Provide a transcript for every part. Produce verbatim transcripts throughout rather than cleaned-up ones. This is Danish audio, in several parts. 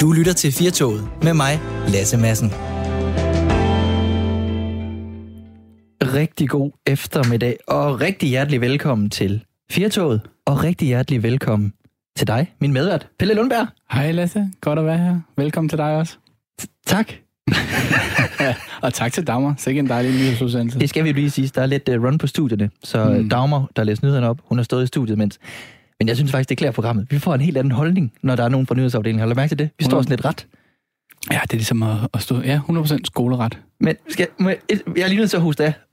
Du lytter til Firtoget med mig, Lasse Madsen. Rigtig god eftermiddag, og rigtig hjertelig velkommen til Firtoget, og rigtig hjertelig velkommen til dig, min medvært, Pelle Lundberg. Hej Lasse, godt at være her. Velkommen til dig også. Tak. Og tak til Dagmar, sikke en dejlig nyhedsudsendelse. Det skal vi lige sige, der er lidt uh, run på studierne, så mm. Dagmar, der læser nyhederne op, hun har stået i studiet, mens... Men jeg synes faktisk, det klæder programmet. Vi får en helt anden holdning, når der er nogen fra nyhedsafdelingen. Har du mærke til det? Vi står sådan lidt ret. Ja, det er ligesom at, at stå... Ja, hundrede procent skoleret. Men skal, jeg, jeg er lige nødt til at huske af.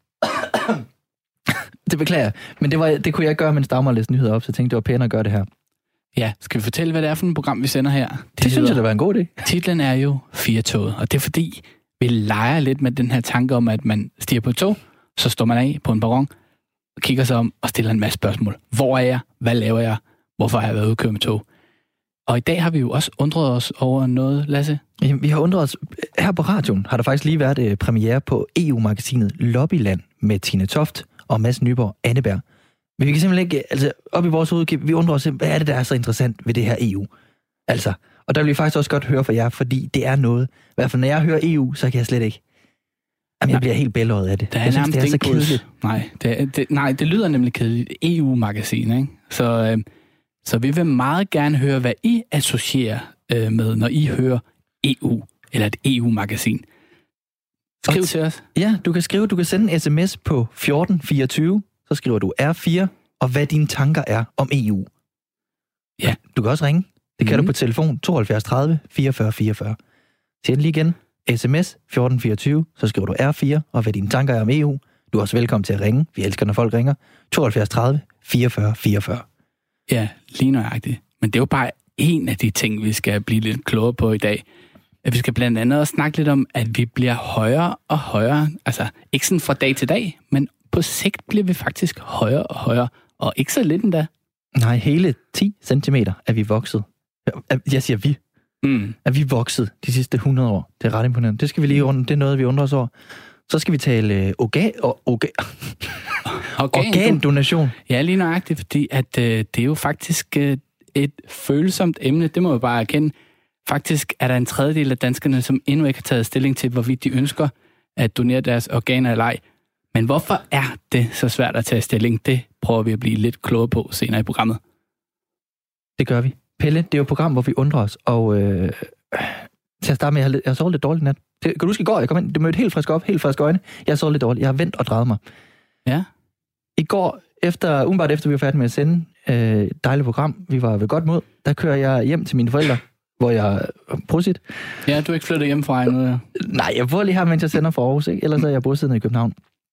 Det beklager jeg. Men det, var, det kunne jeg ikke gøre, mens Dagmar læste nyheder op, så jeg tænkte, det var pænere at gøre det her. Ja, skal vi fortælle, hvad det er for et program, vi sender her? Det, det synes jeg, det var en god idé. Titlen er jo Firtoget, og det er fordi, vi leger lidt med den her tanke om, at man stiger på et tog, så står man af på en perron, og kigger sig om og stiller en masse spørgsmål. Hvor er jeg? Hvad laver jeg? Hvorfor har jeg været ude at køre med tog? Og i dag har vi jo også undret os over noget, Lasse. Jamen, vi har undret os. Her på radioen har der faktisk lige været uh, premiere på E U-magasinet Lobbyland med Tine Toft og Mads Nyborg Anneberg. Men vi kan simpelthen ikke, altså op i vores hoved, vi undrer os, hvad er det, der er så interessant ved det her E U? Altså, og der vil vi faktisk også godt høre fra jer, fordi det er noget. I hvert fald, når jeg hører E U, så kan jeg slet ikke. Jamen, jeg bliver helt bælåret af det. Der er jeg synes, det er så kedeligt. Nej, det, er, det, nej, det lyder nemlig kedeligt. E U-magasin, ikke? Så, øh, så vi vil meget gerne høre, hvad I associerer øh, med, når I hører E U, eller et E U-magasin. Skriv til os. Ja, du kan skrive, du kan sende en sms på fjorten fireogtyve, så skriver du R fire, og hvad dine tanker er om E U. Ja. Du kan også ringe. Det kan mm. du på telefon tooghalvfjerds tredive fireogfyrre fireogfyrre. Sig den lige igen. sms fjorten fireogtyve, så skriver du R fire, og hvad dine tanker er om E U. Du er også velkommen til at ringe. Vi elsker, når folk ringer. tooghalvfjerds tredive fireogfyrre fireogfyrre. Ja, lige nøjagtigt. Men det er jo bare en af de ting, vi skal blive lidt klogere på i dag. At vi skal blandt andet også snakke lidt om, at vi bliver højere og højere. Altså, ikke sådan fra dag til dag, men på sigt bliver vi faktisk højere og højere. Og ikke så lidt endda. Nej, hele ti centimeter er vi vokset. Jeg siger vi. Mm. Er vi vokset de sidste hundrede år. Det er ret imponerende. Det skal vi lige undre. Det er noget, vi undrer os over. Så skal vi tale organ, organ, organdonation. Ja, lige nøjagtigt, fordi at, øh, det er jo faktisk øh, et følsomt emne. Det må jeg bare erkende. Faktisk er der en tredjedel af danskerne, som endnu ikke har taget stilling til, hvorvidt de ønsker at donere deres organer eller ej. Men hvorfor er det så svært at tage stilling? Det prøver vi at blive lidt klogere på senere i programmet. Det gør vi. Pelle, det er jo et program, hvor vi undrer os, og øh, til at starte med, jeg har, jeg har sovet lidt dårligt nat. Det, kan du huske i går, jeg kom ind, det mødte helt frisk op, helt frisk øjne. Jeg har sovet lidt dårligt, jeg har vendt og drejet mig. Ja. I går, efter, umiddelbart efter vi var færdige med at sende øh, et dejligt program, vi var ved godt mod, der kører jeg hjem til mine forældre, hvor jeg prosit. Ja, du er ikke flyttet hjemmefra endnu, ja. Nej, jeg bor lige her, mens jeg sender fra Aarhus, ikke? Ellers er jeg bosiddende i København.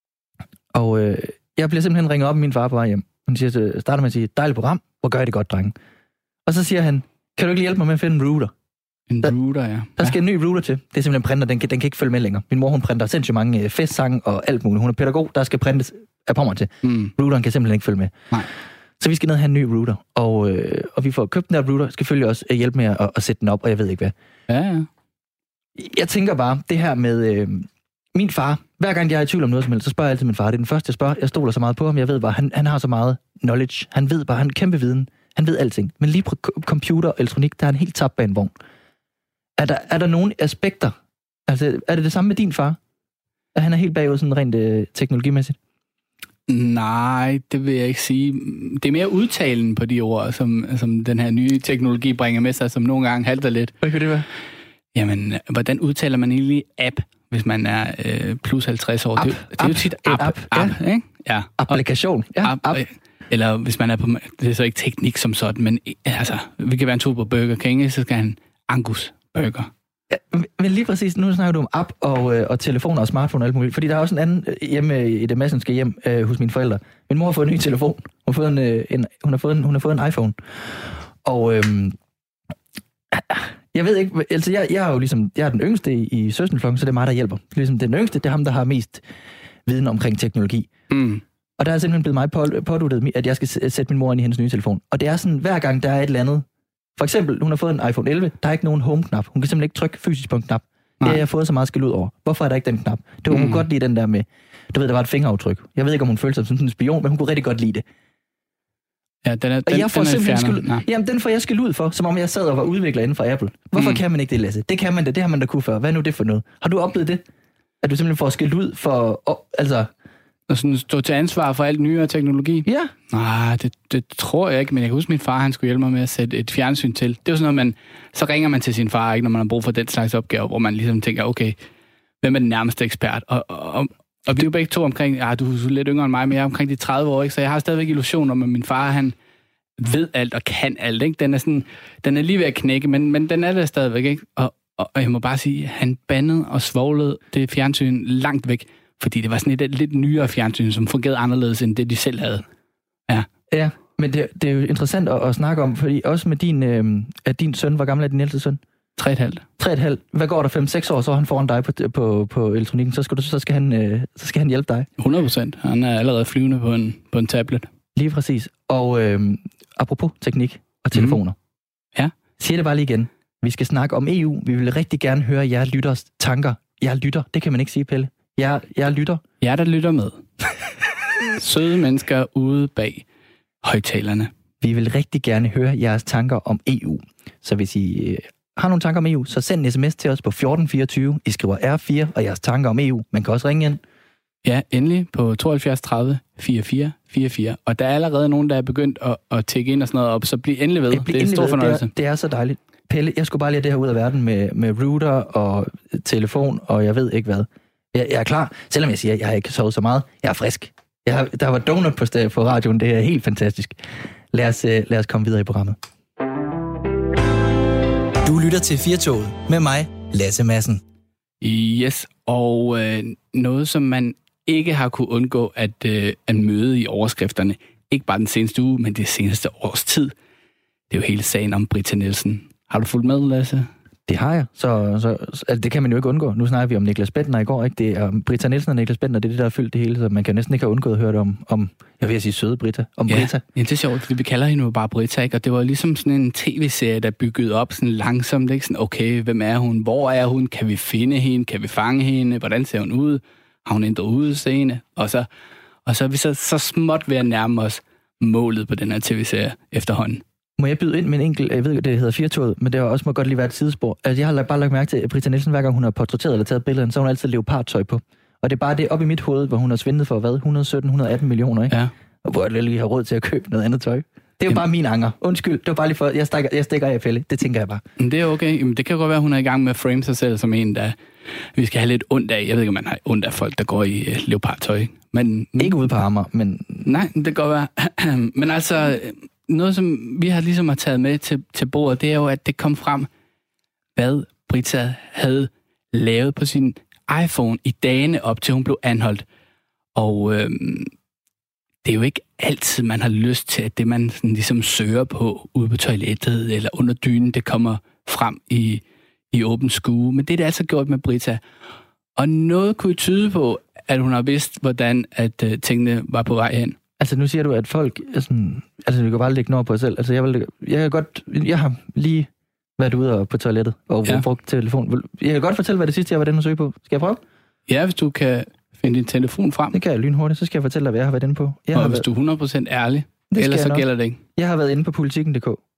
Og øh, jeg bliver simpelthen ringet op af min far på vej hjem. Hun siger, starter med at sige, dejligt program, hvor gør I det godt, drenge? Og så siger han, kan du ikke hjælpe mig med at finde en router? En der, router, ja. Der skal en ny router til. Det er simpelthen printer, den kan, den kan ikke følge med længere. Min mor, hun printer sindssygt mange øh, festsange og alt muligt. Hun er pædagog, der skal printes af pommer til. Mm. Routeren kan simpelthen ikke følge med. Nej. Så vi skal ned og have en ny router. Og, øh, og vi får købt den der router, skal selvfølgelig også øh, hjælpe med at, at sætte den op, og jeg ved ikke hvad. Ja, ja. Jeg tænker bare, det her med øh, min far. Hver gang jeg er i tvivl om noget som helst, så spørger jeg altid min far. Det er den første, jeg spørger. Jeg stoler så meget på ham. Jeg ved bare, han, han har så meget knowledge. Han ved bare, han har kæmpe viden. Han ved alting. Men lige på computer og elektronik, der er han helt tabt bag en vogn. Er der, er der nogle aspekter? Altså, er det det samme med din far? At han er helt bagud sådan rent øh, teknologimæssigt? Nej, det vil jeg ikke sige. Det er mere udtalen på de ord, som, som den her nye teknologi bringer med sig, som nogle gange halter lidt. Hvad kan det være? Jamen, hvordan udtaler man egentlig app, hvis man er øh, plus halvtreds år? App, det, det er jo tit app. app, app, ja. Ikke? Ja. Applikation. Ja, app. app. Eller hvis man er på... Det er så ikke teknik som sådan, men altså, vi kan være en tur på Burger King, så skal han Angus Burger. Ja, men lige præcis, nu snakker du om app og, øh, og telefoner og smartphone og alt muligt. Fordi der er også en anden hjemme i det massenske hjem øh, hos mine forældre. Min mor har fået en ny telefon. Hun har fået en, øh, en, hun har fået en, hun har fået en iPhone. Og... Øh, jeg ved ikke, altså jeg, jeg er jo ligesom, jeg er den yngste i, i søskendeflokken, så det er mig, der hjælper. Ligesom den yngste, det er ham, der har mest viden omkring teknologi. Mm. Og der er simpelthen blevet mig påduttet, at jeg skal sætte min mor ind i hendes nye telefon. Og det er sådan, hver gang der er et eller andet. For eksempel, hun har fået en iPhone elleve, der er ikke nogen home-knap. Hun kan simpelthen ikke trykke fysisk på en knap. Nej. Det har jeg fået så meget skæld ud over. Hvorfor er der ikke den knap? Det var hun mm. godt lide den der med, du ved, der var et fingeraftryk. Jeg ved ikke, om hun følte sig som sådan en spion, men hun kunne rigtig godt lide det. Ja, den er, og den, jeg får den er simpelthen fjernet. skæld, jamen, den får jeg skæld ud for, som om jeg sad og var udvikler inden for Apple. Hvorfor mm. kan man ikke det, Lasse? Det kan man da, det har man da kunne før. Hvad er nu det for noget? Har du oplevet det? At du simpelthen får skæld ud for, oh, altså... Og sådan stå til ansvar for alt nyere teknologi? Ja. Nej, det, det tror jeg ikke, men jeg kan huske, min far han skulle hjælpe mig med at sætte et fjernsyn til. Det er jo sådan noget, man... Så ringer man til sin far, ikke, når man har brug for den slags opgaver, hvor man ligesom tænker, okay, hvem er den nærmeste ekspert? Og, og, og, og vi er jo begge to omkring... Ja, du er lidt yngre end mig, men jeg er omkring de tredive år, ikke? Så jeg har stadigvæk illusion om, at min far, han ved alt og kan alt, ikke? Den er sådan... Den er lige ved at knække, men, men den er der stadigvæk, ikke? Og, og, og jeg må bare sige, han bandede og svoglede det fjernsyn langt væk, fordi det var sådan et, et lidt nyere fjernsyn, som fungerede anderledes, end det, de selv havde. Ja. Ja, men det, det er jo interessant at, at snakke om, fordi også med din, øh, at din søn, hvor gammel er din ældste søn? Tre et halvt. Tre et halvt. Hvad går der? Fem, seks år, så er han foran dig på, på, på elektronikken, så skal, du, så, skal han, øh, så skal han hjælpe dig. hundrede procent. Han er allerede flyvende på en, på en tablet. Lige præcis. Og øh, apropos teknik og telefoner. Mm. Ja. Siger det bare lige igen. Vi skal snakke om E U. Vi vil rigtig gerne høre jer lytters tanker. Jeg lytter. Det kan man ikke sige, Pelle. Jeg, jeg lytter. Jeg der lytter med. Søde mennesker ude bag højtalerne. Vi vil rigtig gerne høre jeres tanker om E U. Så hvis I øh, har nogle tanker om E U, så send en sms til os på fjorten fireogtyve. I skriver R fire og jeres tanker om E U. Man kan også ringe ind. Ja, endelig på tooghalvfjerds tredive fireogfyrre fireogfyrre. Og der er allerede nogen, der er begyndt at, at tække ind og sådan noget op, så bliv endelig ved. Det, det er en stor fornøjelse. Det er, det er så dejligt. Pelle, jeg skulle bare lige have det her ud af verden med, med router og telefon, og jeg ved ikke hvad. Jeg, jeg er klar, selvom jeg siger, at jeg har ikke sovet så meget. Jeg er frisk. Jeg har, der var donut på, sted, på radioen. Det er helt fantastisk. Lad os, lad os komme videre i programmet. Du lytter til Firtoget med mig, Lasse Madsen. Yes, og øh, noget, som man ikke har kunne undgå at, øh, at møde i overskrifterne, ikke bare den seneste uge, men det seneste års tid, det er jo hele sagen om Britta Nielsen. Har du fulgt med, Lasse? Det har jeg, så, så altså, det kan man jo ikke undgå. Nu snakker vi om Niklas Bentner i går, ikke? Det er Britta Nielsen og Niklas Bentner, det er det, der har fyldt det hele, så man kan næsten ikke have undgået at høre det om, om jeg vil sige søde Britta, om ja, Britta. Ja, det er sjovt, fordi vi kalder hende jo bare Britta, ikke? Og det var ligesom sådan en tv-serie, der byggede op sådan langsomt, ikke? Sådan, okay, hvem er hun? Hvor er hun? Kan vi finde hende? Kan vi fange hende? Hvordan ser hun ud? Har hun ændret udseende? Og så, og så er vi så, så småt ved at nærme os målet på den her tv-serie efterhånden. Må jeg byde ind med en enkelt, jeg ved, det hedder Firtoget, men det har også må godt lige være et sidespor. Altså, jeg har bare lagt mærke til, at Britta Nielsen, hver gang hun har portrætteret eller taget billeder, så har hun altid leopardtøj på. Og det er bare det op i mit hoved, hvor hun har svindlet for, hvad, et hundrede og sytten til et hundrede og atten millioner, ikke? Ja. Og hvor jeg lige har råd til at købe noget andet tøj. Det er jo Jamen. bare min anger. Undskyld, det var bare lige for, jeg stikker, jeg stikker af, Pelle. Det tænker jeg bare. Det er okay. Jamen, det kan godt være, at hun er i gang med at frame sig selv som en, der vi skal have lidt ondt af. Jeg ved ikke, om man har ondt af folk, der går i uh, leopardtøj. Men, ikke ude på Amager, men... Nej, det kan godt være. Men altså... Noget, som vi har ligesom har taget med til, til bordet, det er jo, at det kom frem, hvad Britta havde lavet på sin iPhone i dagene op til hun blev anholdt. Og øhm, det er jo ikke altid, man har lyst til, at det, man sådan ligesom søger på ude på toilettet eller under dynen, det kommer frem i, i åben skue. Men det er det altså gjort med Britta. Og noget kunne tyde på, at hun har vidst, hvordan at uh, tingene var på vej hen. Altså, nu siger du, at folk... Sådan, altså, vi kan bare lægge noget på os selv. Altså, jeg, vil, jeg kan godt... Jeg har lige været ude og på toilettet og ja. brugt telefon. Jeg kan godt fortælle, hvad det sidste, jeg var den at søge på. Skal jeg prøve? Ja, hvis du kan finde din telefon frem. Det kan jeg lynhurtigt. Så skal jeg fortælle dig, hvad jeg har været inde på. Jeg og har hvis været... du er hundrede procent ærlig, ellers så gælder det ikke. Jeg har været inde på politikken punktum d k.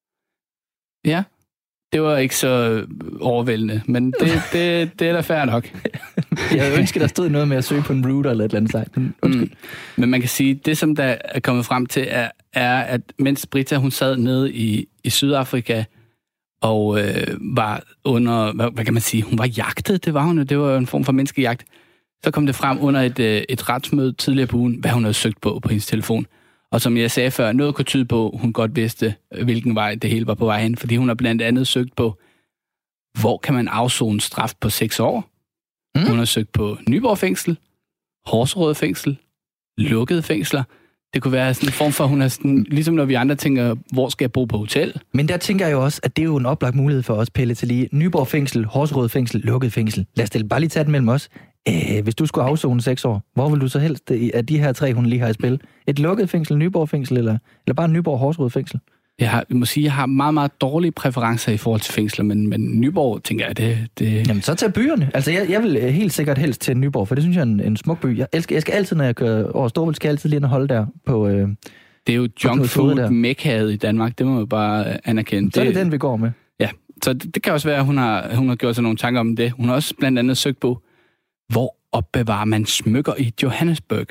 Ja, det var ikke så overvældende, men det, det, det er da fair nok. Jeg ønsker, der stod noget med at søge på en router eller et eller andet sejt. Mm. Men man kan sige, det som der er kommet frem til, er, er at mens Britta hun sad nede i, i Sydafrika og øh, var under, hvad, hvad kan man sige, hun var jagtet, det var hun jo, det var jo en form for menneskejagt. Så kom det frem under et, øh, et retsmøde tidligere på ugen, hvad hun havde søgt på på hendes telefon. Og som jeg sagde før, noget kunne tyde på, hun godt vidste, hvilken vej det hele var på vej hen, fordi hun har blandt andet søgt på, hvor kan man afzone straf på seks år? Mm. Hun har søgt på Nyborg fængsel, Horserød fængsel, lukkede fængsler. Det kunne være sådan en form for, hun er sådan, ligesom når vi andre tænker, hvor skal jeg bo på hotel? Men der tænker jeg jo også, at det er jo en oplagt mulighed for os, Pelle, til lige Nyborg fængsel, Horserød fængsel, lukket fængsel. Lad os stille, bare lige tage den mellem os. Æh, hvis du skulle afzone seks år, hvor vil du så helst af de her tre, hun lige har i spil? Et lukket fængsel, Nyborg fængsel, eller, eller bare Nyborg Horserød fængsel? Jeg, har, jeg må sige, jeg har meget, meget dårlige præferencer i forhold til fængsler, men, men Nyborg, tænker jeg, det... det... Jamen, så tag byerne. Altså, jeg, jeg vil helt sikkert helst til Nyborg, for det synes jeg er en, en smuk by. Jeg, elsker, jeg skal altid, når jeg kører over Storbælt, skal jeg altid lige ind og holde der på, øh, Det er jo junk food mekkaet i Danmark, det må man bare anerkende. Så er det den, vi går med. Ja, så det, det kan også være, at hun har, hun har gjort sig nogle tanker om det. Hun har også blandt andet søgt på, hvor opbevarer man smykker i Johannesburg?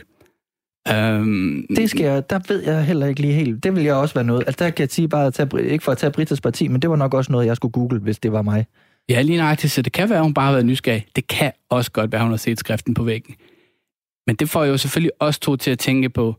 Um, det skal jeg, der ved jeg heller ikke lige helt. Det vil jeg også være noget. Altså der kan jeg sige bare, at tage, ikke for at tage Britas parti, men det var nok også noget, jeg skulle google, hvis det var mig. Ja, lige nøjagtigt, så det kan være, at hun bare har været nysgerrig. Det kan også godt være, at hun har set skriften på væggen. Men det får jo selvfølgelig også to til at tænke på,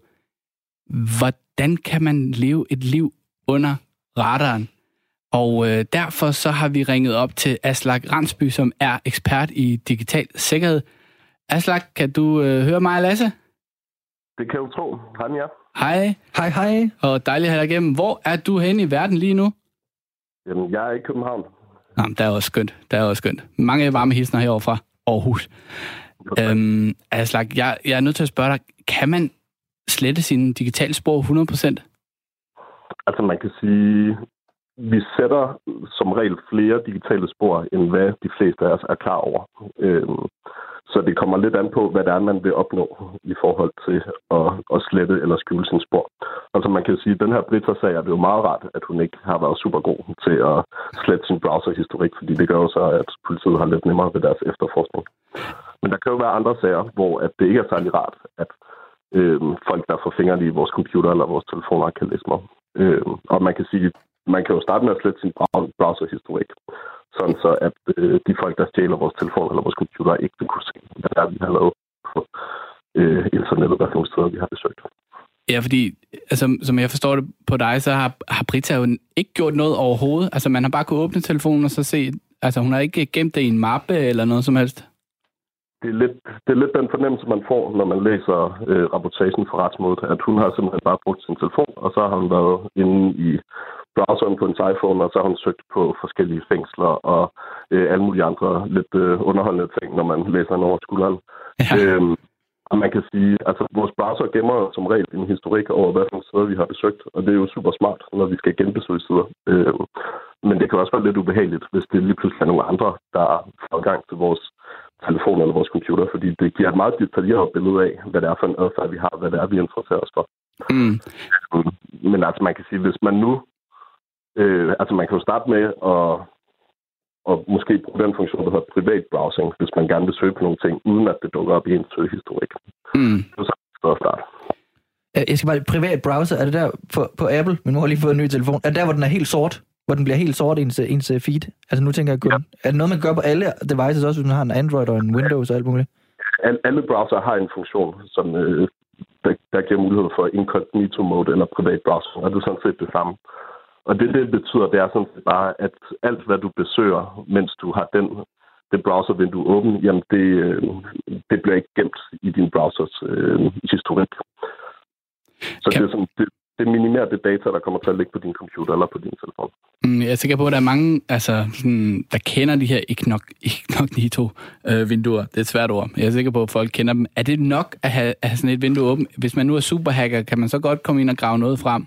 hvordan kan man leve et liv under radaren? Og øh, derfor så har vi ringet op til Aslak Randsby, som er ekspert i digital sikkerhed. Aslak, kan du øh, høre mig, Lasse? Det kan jeg jo tro. Hej, ja. Hej. Hej, hej. Og dejligt at have dig igennem. Hvor er du henne i verden lige nu? Jamen, jeg er i København. Jamen, der er også skønt. Der er også skønt. Mange varme hilsner herovre fra Aarhus. Øhm, Aslak, jeg, jeg er nødt til at spørge dig, kan man slette sine digitale spor hundrede procent? Altså, man kan sige, vi sætter som regel flere digitale spor, end hvad de fleste af os er klar over. Øhm, Så det kommer lidt an på, hvad det er, man vil opnå i forhold til at, at slette eller skjule sin spor. Altså man kan sige, at den her Brita-sag er det jo meget rart, at hun ikke har været super god til at slette sin browserhistorik, fordi det gør jo så, at politiet har lidt nemmere ved deres efterforskning. Men der kan jo være andre sager, hvor at det ikke er særlig rart, at øh, folk, der får fingrene i vores computer eller vores telefoner, kan læse mig. Øh, og man kan sige, man kan jo starte med at slette sin browserhistorik, sådan så at øh, de folk, der stjæler vores telefon eller vores computer, ikke vil kunne se, hvad der er, vi har lavet på øh, internettet, hvad for nogle steder, vi har besøgt. Ja, fordi altså, som jeg forstår det på dig, så har, har Brita jo ikke gjort noget overhovedet. Altså man har bare kunnet åbne telefonen og så se, altså hun har ikke gemt det i en mappe eller noget som helst. Det er lidt, det er lidt den fornemmelse, man får, når man læser øh, rapportagen fra retsmødet, at hun har simpelthen bare brugt sin telefon, og så har hun været inde i browseren på en iPhone, og så har hun søgt på forskellige fængsler og øh, alle mulige andre lidt øh, underholdende ting, når man læser den over skulderen. Ja. Øhm, og man kan sige, altså vores browser gemmer som regel en historik over, hvad for nogle steder vi har besøgt, og det er jo super smart, når vi skal genbesøge sider. Øhm, men det kan også være lidt ubehageligt, hvis det lige pludselig er nogle andre, der får gang til vores telefon eller vores computer, fordi det giver et meget detaljeret billede af, hvad det er for en adfærd, vi har, hvad det er, vi interesserer os for. Mm. Men altså, man kan sige, hvis man nu øh, altså, man kan jo starte med at og måske bruge den funktion, der hedder privat browsing, hvis man gerne vil søge på nogle ting, uden at det dukker op i en søgehistorik. Mm. Det er så et start. Jeg skal bare, privat browser, er det der på, på Apple? Min mor har lige fået en ny telefon. Er det der, hvor den er helt sort? Hvor den bliver helt sort i ens, ens feed? Altså nu tænker jeg kun, ja. Er det noget, man gør på alle devices, også hvis man har en Android og en Windows og alt muligt? Alle browser har en funktion, som øh, der, der giver mulighed for incognito mode eller privat browser, og det er sådan set det samme. Og det, det betyder, det er sådan set bare, at alt, hvad du besøger, mens du har den, det browservindue åben, jamen det, det bliver ikke gemt i din browsers øh, historik. Så kan... det, er sådan, det, det minimerer det data, der kommer til at ligge på din computer eller på din telefon. Mm, jeg er sikker på, at der er mange, altså, sådan, der kender de her incognito-vinduer. Det er et svært ord. Jeg er sikker på, at folk kender dem. Er det nok at have, at have sådan et vindue åbent? Hvis man nu er superhacker, kan man så godt komme ind og grave noget frem?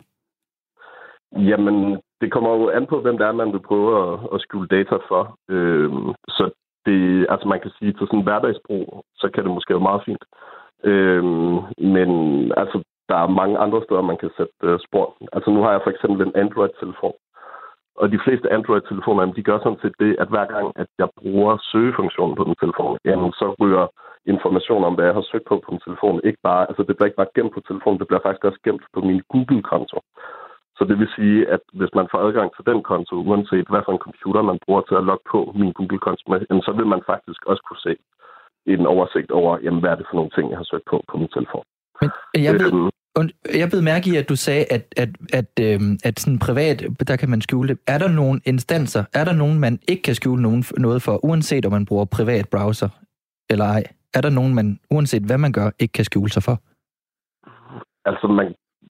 Jamen, det kommer jo an på, hvem det er, man vil prøve at, at skjule data for. Øhm, så det, altså man kan sige, til sådan en hverdagsbrug, så kan det måske være meget fint. Øhm, men altså, der er mange andre steder, man kan sætte uh, spor. Altså nu har jeg for eksempel en Android-telefon. Og de fleste Android-telefoner, de gør sådan set det, at hver gang, at jeg bruger søgefunktionen på den telefon, jamen, så ryger information om, hvad jeg har søgt på på den telefon. Ikke bare, altså det bliver ikke bare gemt på telefonen, det bliver faktisk også gemt på min Google-konto. Så det vil sige, at hvis man får adgang til den konto, uanset hvad for en computer man bruger til at logge på min Google-konto med, så vil man faktisk også kunne se en oversigt over, jamen, hvad er det for nogle ting, jeg har søgt på på min telefon. Men jeg ved, øhm, jeg ved mærke i, at du sagde, at, at, at, øhm, at sådan privat, der kan man skjule det. Er der nogle instanser, er der nogen, man ikke kan skjule nogen, noget for, uanset om man bruger privat browser eller ej? Er der nogen, man, uanset hvad man gør, ikke kan skjule sig for? Altså, man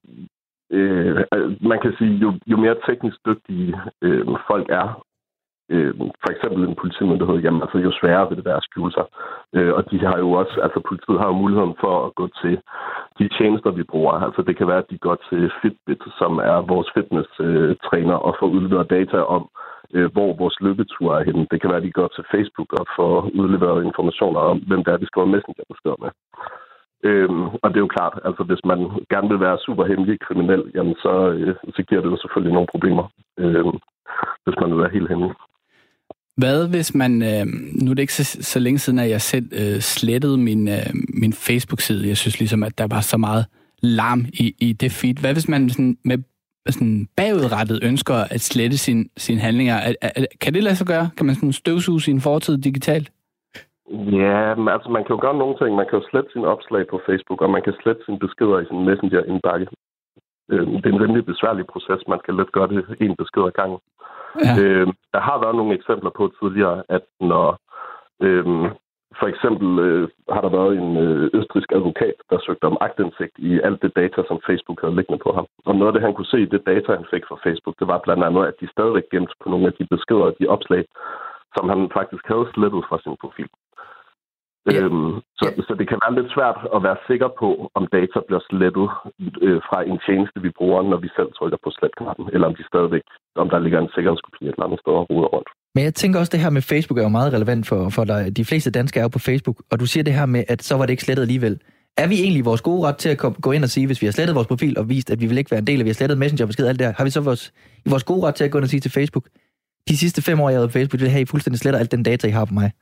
Øh, man kan sige, jo, jo mere teknisk dygtige øh, folk er, øh, for eksempel en politimyndighed, jamen altså jo sværere vil det være at skjule sig. Øh, og de har jo også, altså politiet har jo muligheden for at gå til de tjenester, vi bruger. Altså det kan være, at de går til Fitbit, som er vores fitness-træner, og får udleveret data om, øh, hvor vores løbetur er henne. Det kan være, at de går til Facebook og får udleveret informationer om, hvem der er, vi skal have messengerbeskeder med. Øhm, og det er jo klart, altså hvis man gerne vil være super hemmelig kriminel, jamen så, øh, så giver det jo selvfølgelig nogle problemer, øh, hvis man vil være helt hemmelig. Hvad hvis man, øh, nu er det ikke så, så længe siden, at jeg selv øh, slettede min, øh, min Facebook-side. Jeg synes ligesom, at der var så meget larm i, i det feed. Hvad hvis man sådan, med sådan bagudrettet ønsker at slette sin, sine handlinger? Er, er, kan det lade sig gøre? Kan man sådan støvsuge sin fortid digitalt? Ja, men altså man kan jo gøre nogle ting. Man kan jo slette sine opslag på Facebook, og man kan slette sine beskeder i sin Messenger-indbakke. Det er en rimelig besværlig proces. Man kan let gøre det en besked ad gangen. Ja. Øh, der har været nogle eksempler på tidligere, at når øh, for eksempel øh, har der været en øh, østrigsk advokat, der søgte om aktindsigt i alt det data, som Facebook havde liggende på ham. Og noget af det, han kunne se i det data, han fik fra Facebook, det var blandt andet, at de stadigvæk gemte på nogle af de beskeder og de opslag, som han faktisk havde slettet fra sin profil. Ja. Øhm, så, ja. så det kan være lidt svært at være sikker på, om data bliver slettet øh, fra en tjeneste, vi bruger, når vi selv trykker på sletknappen, eller om de stadigvæk, om der ligger en sikkerhedskopi et eller andet sted og ruder rundt. Men jeg tænker også, det her med Facebook er jo meget relevant for, for dig. De fleste danskere er jo på Facebook, og du siger det her med, at så var det ikke slettet alligevel. Er vi egentlig vores gode ret til at gå ind og sige, hvis vi har slettet vores profil og vist, at vi vil ikke være en del af, vi har slettet Messenger-besked og alt det her, har vi så vores, i vores gode ret til at gå ind og sige til Facebook, de sidste fem år, jeg har været på Facebook, vil have, I fuldstændig sletter alt den data, I har på mig?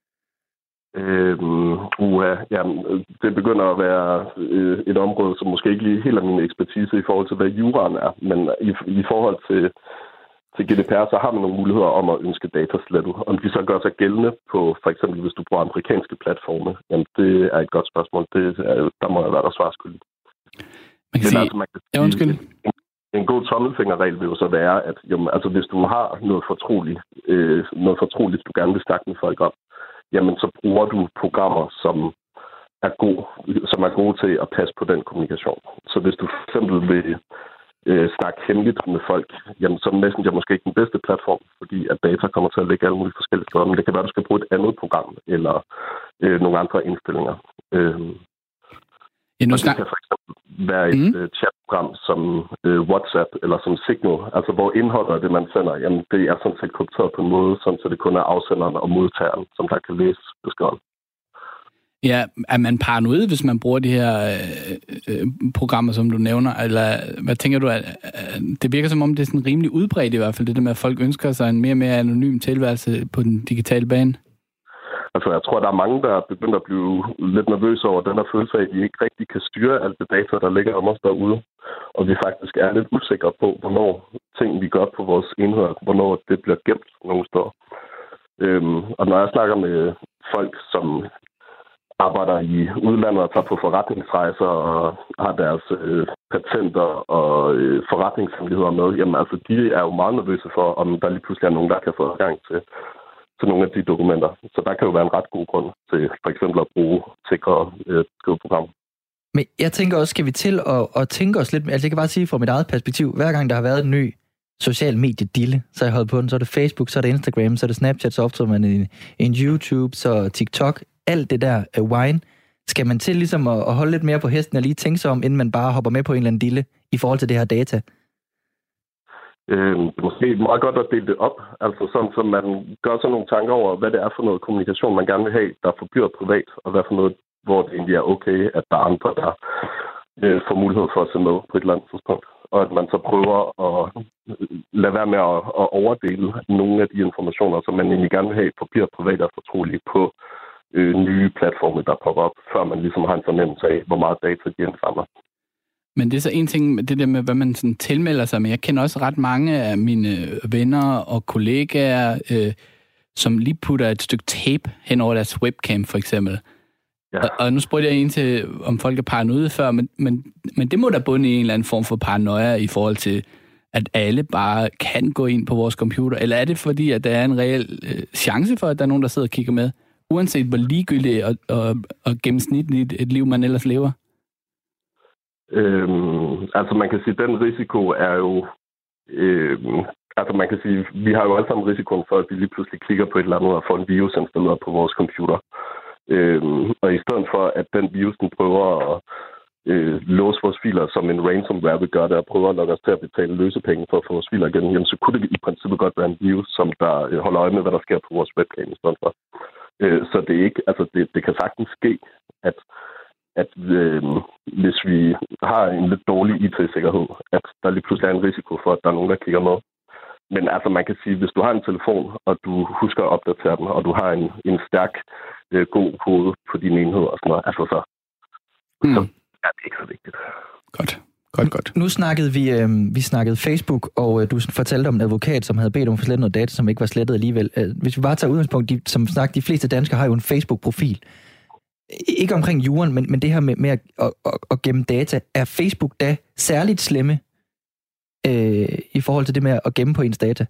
Øhm, uha, jamen, det begynder at være øh, et område, som måske ikke lige helt er min ekspertise i forhold til, hvad juraen er. Men i, i forhold til, til G D P R, så har man nogle muligheder om at ønske data slettet. Om de så gør sig gældende på, for eksempel hvis du bruger amerikanske platforme, jamen det er et godt spørgsmål. Det er, der må jeg være der svarskyldig. Man kan Men sige, altså, man kan sige ja, undskyld. En, en god tommelfingerregel vil jo så være, at jamen, altså, hvis du har noget fortroligt, øh, noget fortroligt, du gerne vil snakke med folk om, jamen så bruger du programmer, som er, god, som er gode til at passe på den kommunikation. Så hvis du for eksempel vil øh, snakke hemmeligt med folk, jamen så er Messenger måske ikke den bedste platform, fordi at data kommer til at ligge alle mulige forskellige steder. Men det kan være, at du skal bruge et andet program, eller øh, nogle andre indstillinger. Øh, ja, nu snak... Det kan for eksempel være et mm. øh, chatprogram som øh, WhatsApp, eller som Signal, altså hvor indholdet af det, man sender, jamen det er sådan set krypteret på en måde, sådan så det kun er afsenderen og modtageren, som der kan læse beskeden. Ja, er man paranoid, hvis man bruger de her øh, øh, programmer, som du nævner? Eller hvad tænker du? At, at det virker som om, det er sådan rimelig udbredt i hvert fald, det der med, at folk ønsker sig en mere og mere anonym tilværelse på den digitale bane. Altså, jeg tror, der er mange, der er begyndt at blive lidt nervøse over den her følelse af, at de ikke rigtig kan styre alt det data, der ligger om os derude. Og vi faktisk er lidt usikre på, hvornår ting, vi gør på vores enheder, hvornår det bliver gemt nogle steder. Øhm, og når jeg snakker med folk, som arbejder i udlandet og tager på forretningsrejser og har deres øh, patenter og øh, forretningshemmeligheder med, jamen altså, de er jo meget nervøse for, om der lige pludselig er nogen, der kan få adgang til til nogle af de dokumenter. Så der kan jo være en ret god grund til for eksempel at bruge sikre øh, skriveprogrammer. Men jeg tænker også, skal vi til at, at tænke os lidt... Altså jeg kan bare sige fra mit eget perspektiv, hver gang der har været en ny social medie-dille, så har jeg holdt på den, så er det Facebook, så er det Instagram, så er det Snapchat, så optager man en, en YouTube, så TikTok, alt det der uh, wine. Skal man til ligesom at, at holde lidt mere på hesten og lige tænke sig om, inden man bare hopper med på en eller anden dille i forhold til det her data? Øh, det er måske meget godt at dele det op, altså sådan, så man gør sig nogle tanker over, hvad det er for noget kommunikation, man gerne vil have, der forbliver privat, og hvad for noget, hvor det egentlig er okay, at der er andre, der øh, får mulighed for at se med på et eller andet tidspunkt. Og at man så prøver at lade være med at, at overdele nogle af de informationer, som man egentlig gerne vil have, forbliver privat og fortrolige på øh, nye platforme, der popper op, før man ligesom har en fornemmelse af, hvor meget data de indsamler. Men det er så en ting, det der med, hvad man sådan tilmelder sig med. Jeg kender også ret mange af mine venner og kollegaer, øh, som lige putter et stykke tape hen over deres webcam, for eksempel. Ja. Og, og nu spurgte jeg en til, om folk er paranoide før, men, men, men det må da bunde i en eller anden form for paranoia i forhold til, at alle bare kan gå ind på vores computer. Eller er det fordi, at der er en reel øh, chance for, at der er nogen, der sidder og kigger med, uanset hvor ligegyldigt og, og, og gennemsnitligt et liv, man ellers lever? Øhm, altså man kan sige, at den risiko er jo... Øhm, altså man kan sige, vi har jo alle sammen risikoen for, at vi lige pludselig klikker på et eller andet og får en virus installeret på vores computer. Øhm, og i stedet for, at den virus den prøver at øh, låse vores filer, som en ransomware vil gøre det, og prøver at lukke os til at betale løsepenge for at få vores filer igen, jamen, så kunne det i princippet godt være en virus, som der øh, holder øje med, hvad der sker på vores webcam i stedet for. Øh, så det er ikke, altså det, det kan sagtens ske, at at øh, hvis vi har en lidt dårlig I T-sikkerhed, at der lige pludselig er en risiko for, at der er nogen, der kigger med. Men altså, man kan sige, hvis du har en telefon, og du husker at opdatere den, og du har en, en stærk, øh, god kode på din enhed og sådan noget, altså så, mm. så er det ikke så vigtigt. Godt. Godt, godt. Nu snakkede vi, øh, vi snakkede Facebook, og øh, du fortalte om en advokat, som havde bedt om at få slettet noget data, som ikke var slettet alligevel. Øh, hvis vi bare tager udgangspunkt, de, som sagt, de fleste danskere har jo en Facebook-profil. Ikke omkring juren, men, men det her med, med at, at, at, at gemme data. Er Facebook da særligt slemme øh, i forhold til det med at gemme på ens data?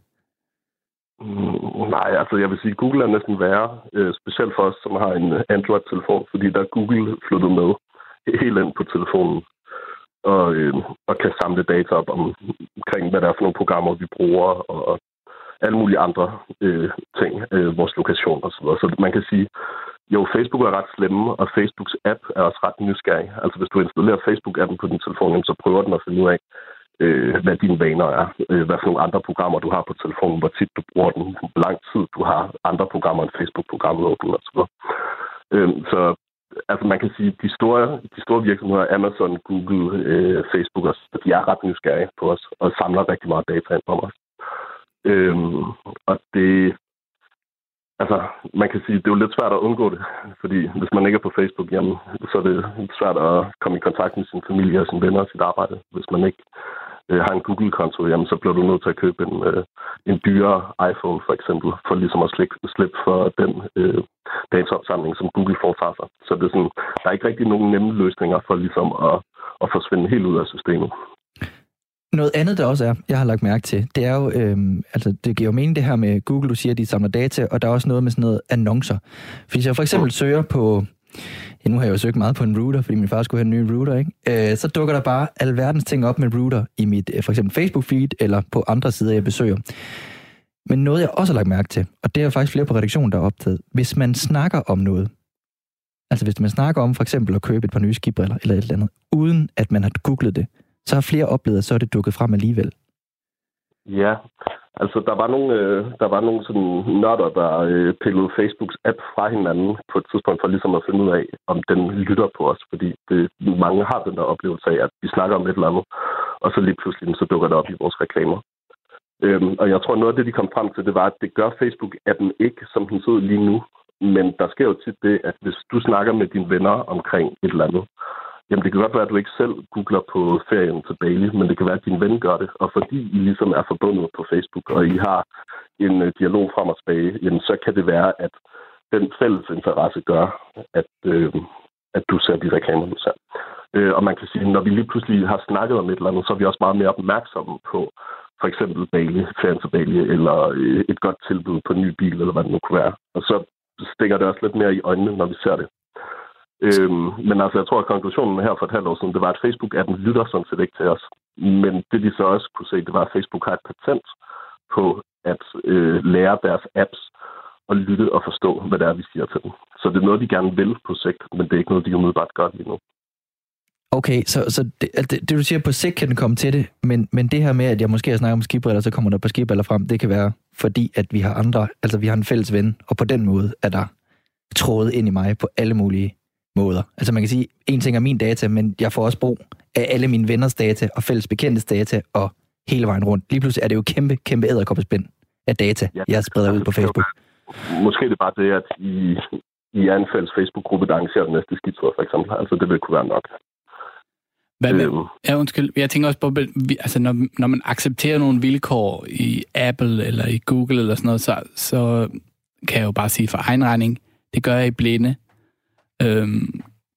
Mm, nej, altså jeg vil sige, Google er næsten værre, øh, specielt for os, som har en Android-telefon, fordi der er Google flyttet med helt ind på telefonen. Og, øh, og kan samle data op om, omkring, hvad der er for nogle programmer, vi bruger, og, og alle mulige andre øh, ting, øh, vores lokation og så videre. Så man kan sige, jo, Facebook er ret slemme, og Facebooks app er også ret nysgerrig. Altså hvis du installerer Facebook-appen på din telefon, så prøver den at finde ud af, øh, hvad dine vaner er, øh, hvad for nogle andre programmer du har på telefonen, hvor tit du bruger den, hvor lang tid du har andre programmer end Facebook-programmet åbent og så videre. Øh, så altså man kan sige, at de store, de store virksomheder, Amazon, Google, øh, Facebook, og de er ret nysgerrige på os og samler rigtig meget data ind om os. Øhm, og det, altså man kan sige, det er jo lidt svært at undgå det, fordi hvis man ikke er på Facebook, jamen, så er det svært at komme i kontakt med sin familie og sine venner og sit arbejde. Hvis man ikke øh, har en Google-konto, jamen, så bliver du nødt til at købe en, øh, en dyrere iPhone for eksempel, for ligesom at slippe, slippe for den øh, dataopsamling, som Google foretager sig. Så det er sådan, der er ikke rigtig nogen nemme løsninger for ligesom at, at forsvinde helt ud af systemet. Noget andet, der også er, jeg har lagt mærke til, det er jo, øhm, altså det giver jo mening det her med Google, du siger, at de samler data, og der er også noget med sådan noget annoncer. Fordi hvis jeg for eksempel søger på, ja, nu har jeg jo søgt meget på en router, fordi min far skulle have en ny router, ikke? Øh, så dukker der bare alverdens ting op med router i mit, for eksempel Facebook-feed, eller på andre sider, jeg besøger. Men noget, jeg også har lagt mærke til, og det er faktisk flere på redaktionen, der er optaget, hvis man snakker om noget, altså hvis man snakker om for eksempel at købe et par nye skibriller, eller et eller andet, uden at man har googlet det, så har flere oplevet, at så er det dukket frem alligevel. Ja, altså der var nogle, øh, der var nogle sådan nørder, der øh, pillede Facebooks app fra hinanden på et tidspunkt for ligesom at finde ud af, om den lytter på os. Fordi det, mange har den der oplevelse af, at vi snakker om et eller andet, og så lige pludselig så dukker det op i vores reklamer. Øhm, og jeg tror, noget af det, de kom frem til, det var, at det gør Facebook-appen ikke, som den ser ud lige nu. Men der sker jo tit det, at hvis du snakker med dine venner omkring et eller andet, jamen, det kan godt være, at du ikke selv googler på ferien til Bali, men det kan være, at din ven gør det. Og fordi I ligesom er forbundet på Facebook, og I har en uh, dialog frem og tilbage, jamen, så kan det være, at den fælles interesse gør, at, øh, at du ser de reklamer, du ser. Øh, og man kan sige, når vi lige pludselig har snakket om et eller andet, så er vi også meget mere opmærksomme på for eksempel Bali, ferien til Bali, eller øh, et godt tilbud på en ny bil, eller hvad det nu kunne være. Og så stikker det også lidt mere i øjnene, når vi ser det. Øhm, men altså, jeg tror, at konklusionen her for et halvt år siden, det var, at Facebook-appen lytter sådan set ikke til os. Men det, de så også kunne se, det var, at Facebook har et patent på at øh, lære deres apps at lytte og forstå, hvad det er, vi siger til dem. Så det er noget, de gerne vil på sigt, men det er ikke noget, de umiddelbart gør lige nu. Okay, så, så det, det, det, du siger, på sigt kan den komme til det, men, men det her med, at jeg måske har snakket om skibriller, så kommer der på skibriller frem, det kan være, fordi at vi har andre, altså vi har en fælles ven, og på den måde er der trådet ind i mig på alle mulige måder. Altså man kan sige, en ting er min data, men jeg får også brug af alle mine venners data og fælles bekendtes data og hele vejen rundt. Lige pludselig er det jo kæmpe, kæmpe edderkoppespind af data, ja, jeg spreder ud på Facebook. Måske det er bare det, at I, I er en fælles Facebook-gruppe, der arrangerer den næste skitur, for eksempel. Altså det vil kunne være nok. Hvad med, øhm. ja, undskyld. Jeg tænker også på, altså når, når man accepterer nogle vilkår i Apple eller i Google eller sådan noget, så, så kan jeg jo bare sige for egen regning, det gør jeg i blinde. Øhm,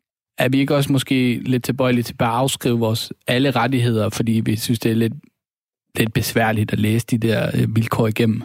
er vi ikke også måske lidt tilbøjelige til bare at afskrive vores alle rettigheder, fordi vi synes, det er lidt, lidt besværligt at læse de der øh, vilkår igennem?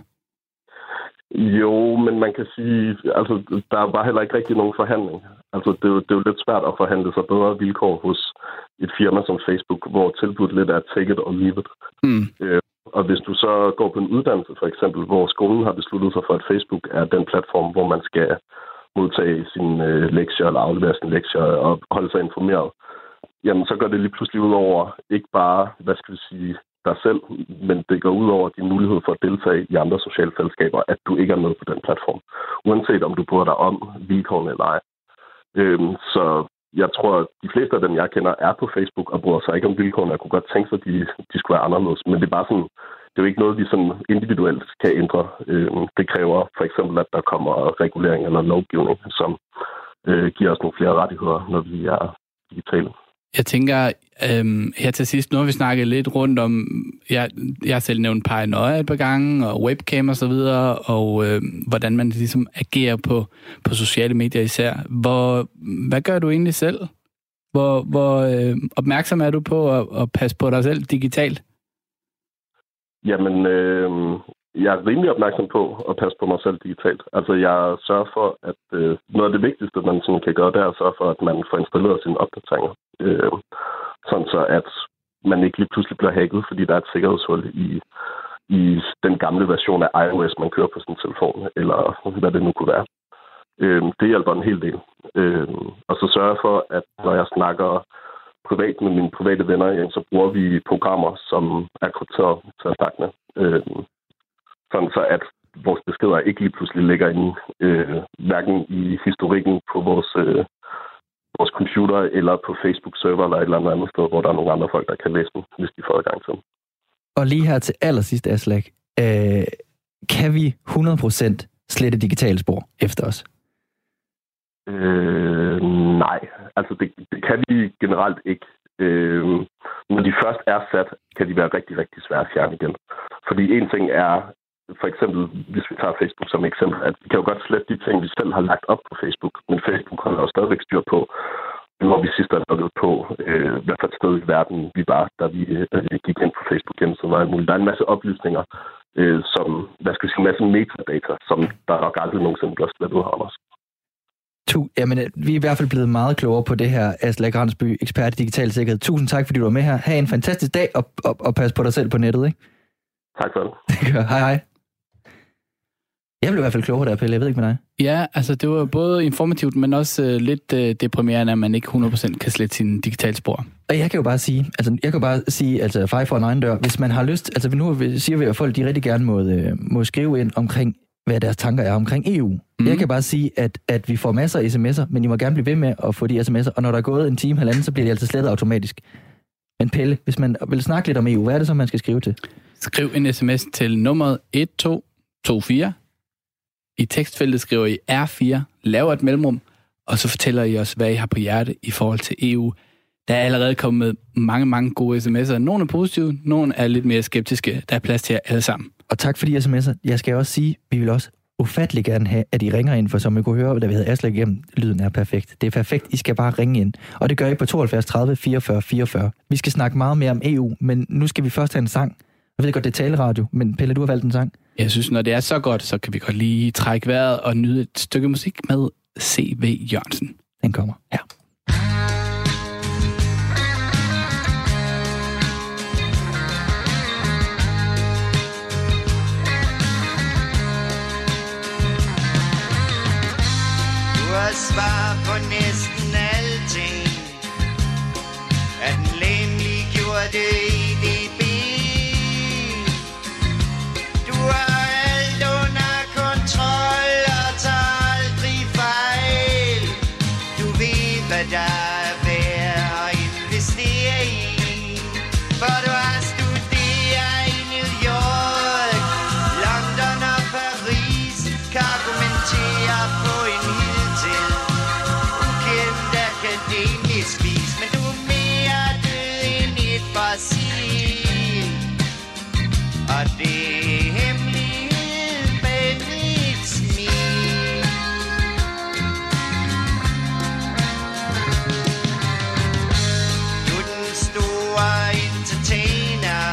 Jo, men man kan sige, altså der er bare heller ikke rigtig nogen forhandling. Altså det er jo, det er jo lidt svært at forhandle sig bedre vilkår hos et firma som Facebook, hvor tilbuddet lidt er take it or leave it. Mm. Øh, og hvis du så går på en uddannelse for eksempel, hvor skolen har besluttet sig for, at Facebook er den platform, hvor man skal modtage sine øh, lektier eller aflevere sine lektier og holde sig informeret, jamen så går det lige pludselig ud over ikke bare, hvad skal vi sige, dig selv, men det går ud over din mulighed for at deltage i andre sociale fællesskaber, at du ikke er med på den platform. Uanset om du bryder dig om vilkårene eller ej. Øhm, så jeg tror, at de fleste af dem, jeg kender, er på Facebook og bryder sig ikke om vilkårene. Jeg kunne godt tænke sig, at de, de skulle være anderledes. Men det er bare sådan, det er jo ikke noget, vi sådan individuelt kan ændre. Øh, det kræver for eksempel, at der kommer regulering eller lovgivning, som øh, giver os nogle flere rettigheder, når vi er digitale. Jeg tænker, øhm, her til sidst, nu har vi snakket lidt rundt om, jeg, jeg har selv nævnt paranoia et par gange, og webcam og så videre, og øh, hvordan man ligesom agerer på, på sociale medier især. Hvor, hvad gør du egentlig selv? Hvor, hvor øh, opmærksom er du på at, at passe på dig selv digitalt? Jamen, øh, jeg er rimelig opmærksom på at passe på mig selv digitalt. Altså, jeg sørger for, at øh, noget af det vigtigste, man sådan kan gøre, det er at sørge for, at man får installeret sine opdateringer. Øh, sådan så, at man ikke lige pludselig bliver hacket, fordi der er et sikkerhedshul i, i den gamle version af iOS, man kører på sin telefon, eller hvad det nu kunne være. Øh, det hjælper en hel del. Øh, og så sørger jeg for, at når jeg snakker privat med mine private venner, så bruger vi programmer, som er krypteret til at snakke med. Øh, sådan så, at vores beskeder ikke lige pludselig ligger inde, øh, hverken i historikken på vores, øh, vores computer eller på Facebook-server eller et eller andet sted, hvor der er nogle andre folk, der kan læse dem, hvis de får adgang til dem. Og lige her til allersidst, Aslak, øh, kan vi hundrede procent slette digitale spor efter os? Øh, nej, altså det, det kan vi generelt ikke. Øh, når de først er sat, kan de være rigtig, rigtig svære at fjerne igen. Fordi en ting er, for eksempel, hvis vi tager Facebook som eksempel, at vi kan jo godt slette de ting, vi selv har lagt op på Facebook, men Facebook holder jo stadigvæk styr på, hvor vi sidst har lukket på, øh, hvad for et sted i verden vi var, da vi, da vi gik ind på Facebook igen, så var det muligt. Der er en masse oplysninger, øh, som, hvad skal vi sige, en masse metadata, som der nok aldrig nogensinde bliver slettet af os. Jamen, vi er i hvert fald blevet meget klogere på det her, Aslak Rensby, ekspert i digital sikkerhed. Tusind tak, fordi du var med her. Ha' en fantastisk dag, og, og, og pas på dig selv på nettet, ikke? Tak for det. Det gør. Hej, hej. Jeg blev i hvert fald klogere der, Pelle. Jeg ved ikke med dig. Ja, altså det var både informativt, men også uh, lidt uh, deprimerende, at man ikke hundrede procent kan slette sine digitale spor. Og jeg kan jo bare sige, altså jeg kan bare sige, altså fej for en egen dør, hvis man har lyst, altså nu siger vi, at folk de rigtig gerne må, øh, må skrive ind omkring, hvad deres tanker er omkring E U. Mm. Jeg kan bare sige, at, at vi får masser af sms'er, men I må gerne blive ved med at få de sms'er, og når der er gået en time, halvanden, så bliver de altså slettet automatisk. Men Pelle, hvis man vil snakke lidt om E U, hvad er det så, man skal skrive til? Skriv en sms til nummeret et to to fire. I tekstfeltet skriver I R fire, laver et mellemrum, og så fortæller I os, hvad I har på hjerte i forhold til E U. Der er allerede kommet mange, mange gode sms'er. Nogle er positive, nogle er lidt mere skeptiske. Der er plads til jer alle sammen. Og tak for de sms'er. Jeg skal også sige, vi vil også ufattelig gerne have, at I ringer ind, for som I kunne høre, da vi havde Aslak igennem, lyden er perfekt. Det er perfekt, I skal bare ringe ind. Og det gør I på tooghalvfjerds tredive fireogfyrre fireogfyrre. Vi skal snakke meget mere om E U, men nu skal vi først have en sang. Jeg ved godt, det er taleradio, men Pelle, du har valgt en sang. Jeg synes, når det er så godt, så kan vi godt lige trække vejret og nyde et stykke musik med C V Jørgensen. Den kommer her. Svar på næsten alting. Er den lemliggjorte E D B? Du har alt under kontrol og tager aldrig fejl. Du ved, hvad der er værd at investere i. For du har studeret i New York, London og Paris, kan argumentere på en men du er mere død end et fossil. Og det er hemmeligheden bag mit smil. Du er den store entertainer,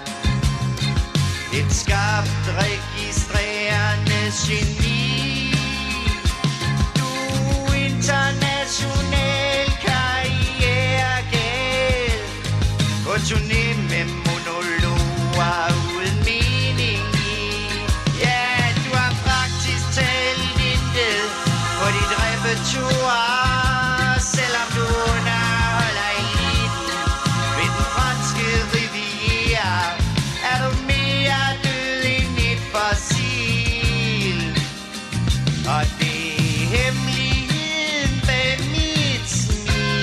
et skarpt registrerende geni. Du er international på turné med monologer uden mening i. Ja, du har praktisk talt intet på dit repertoire, selvom du underholder eliten ved den franske riviera. Er du mere død end et fossil? Og det er hemmeligheden bag mit smil.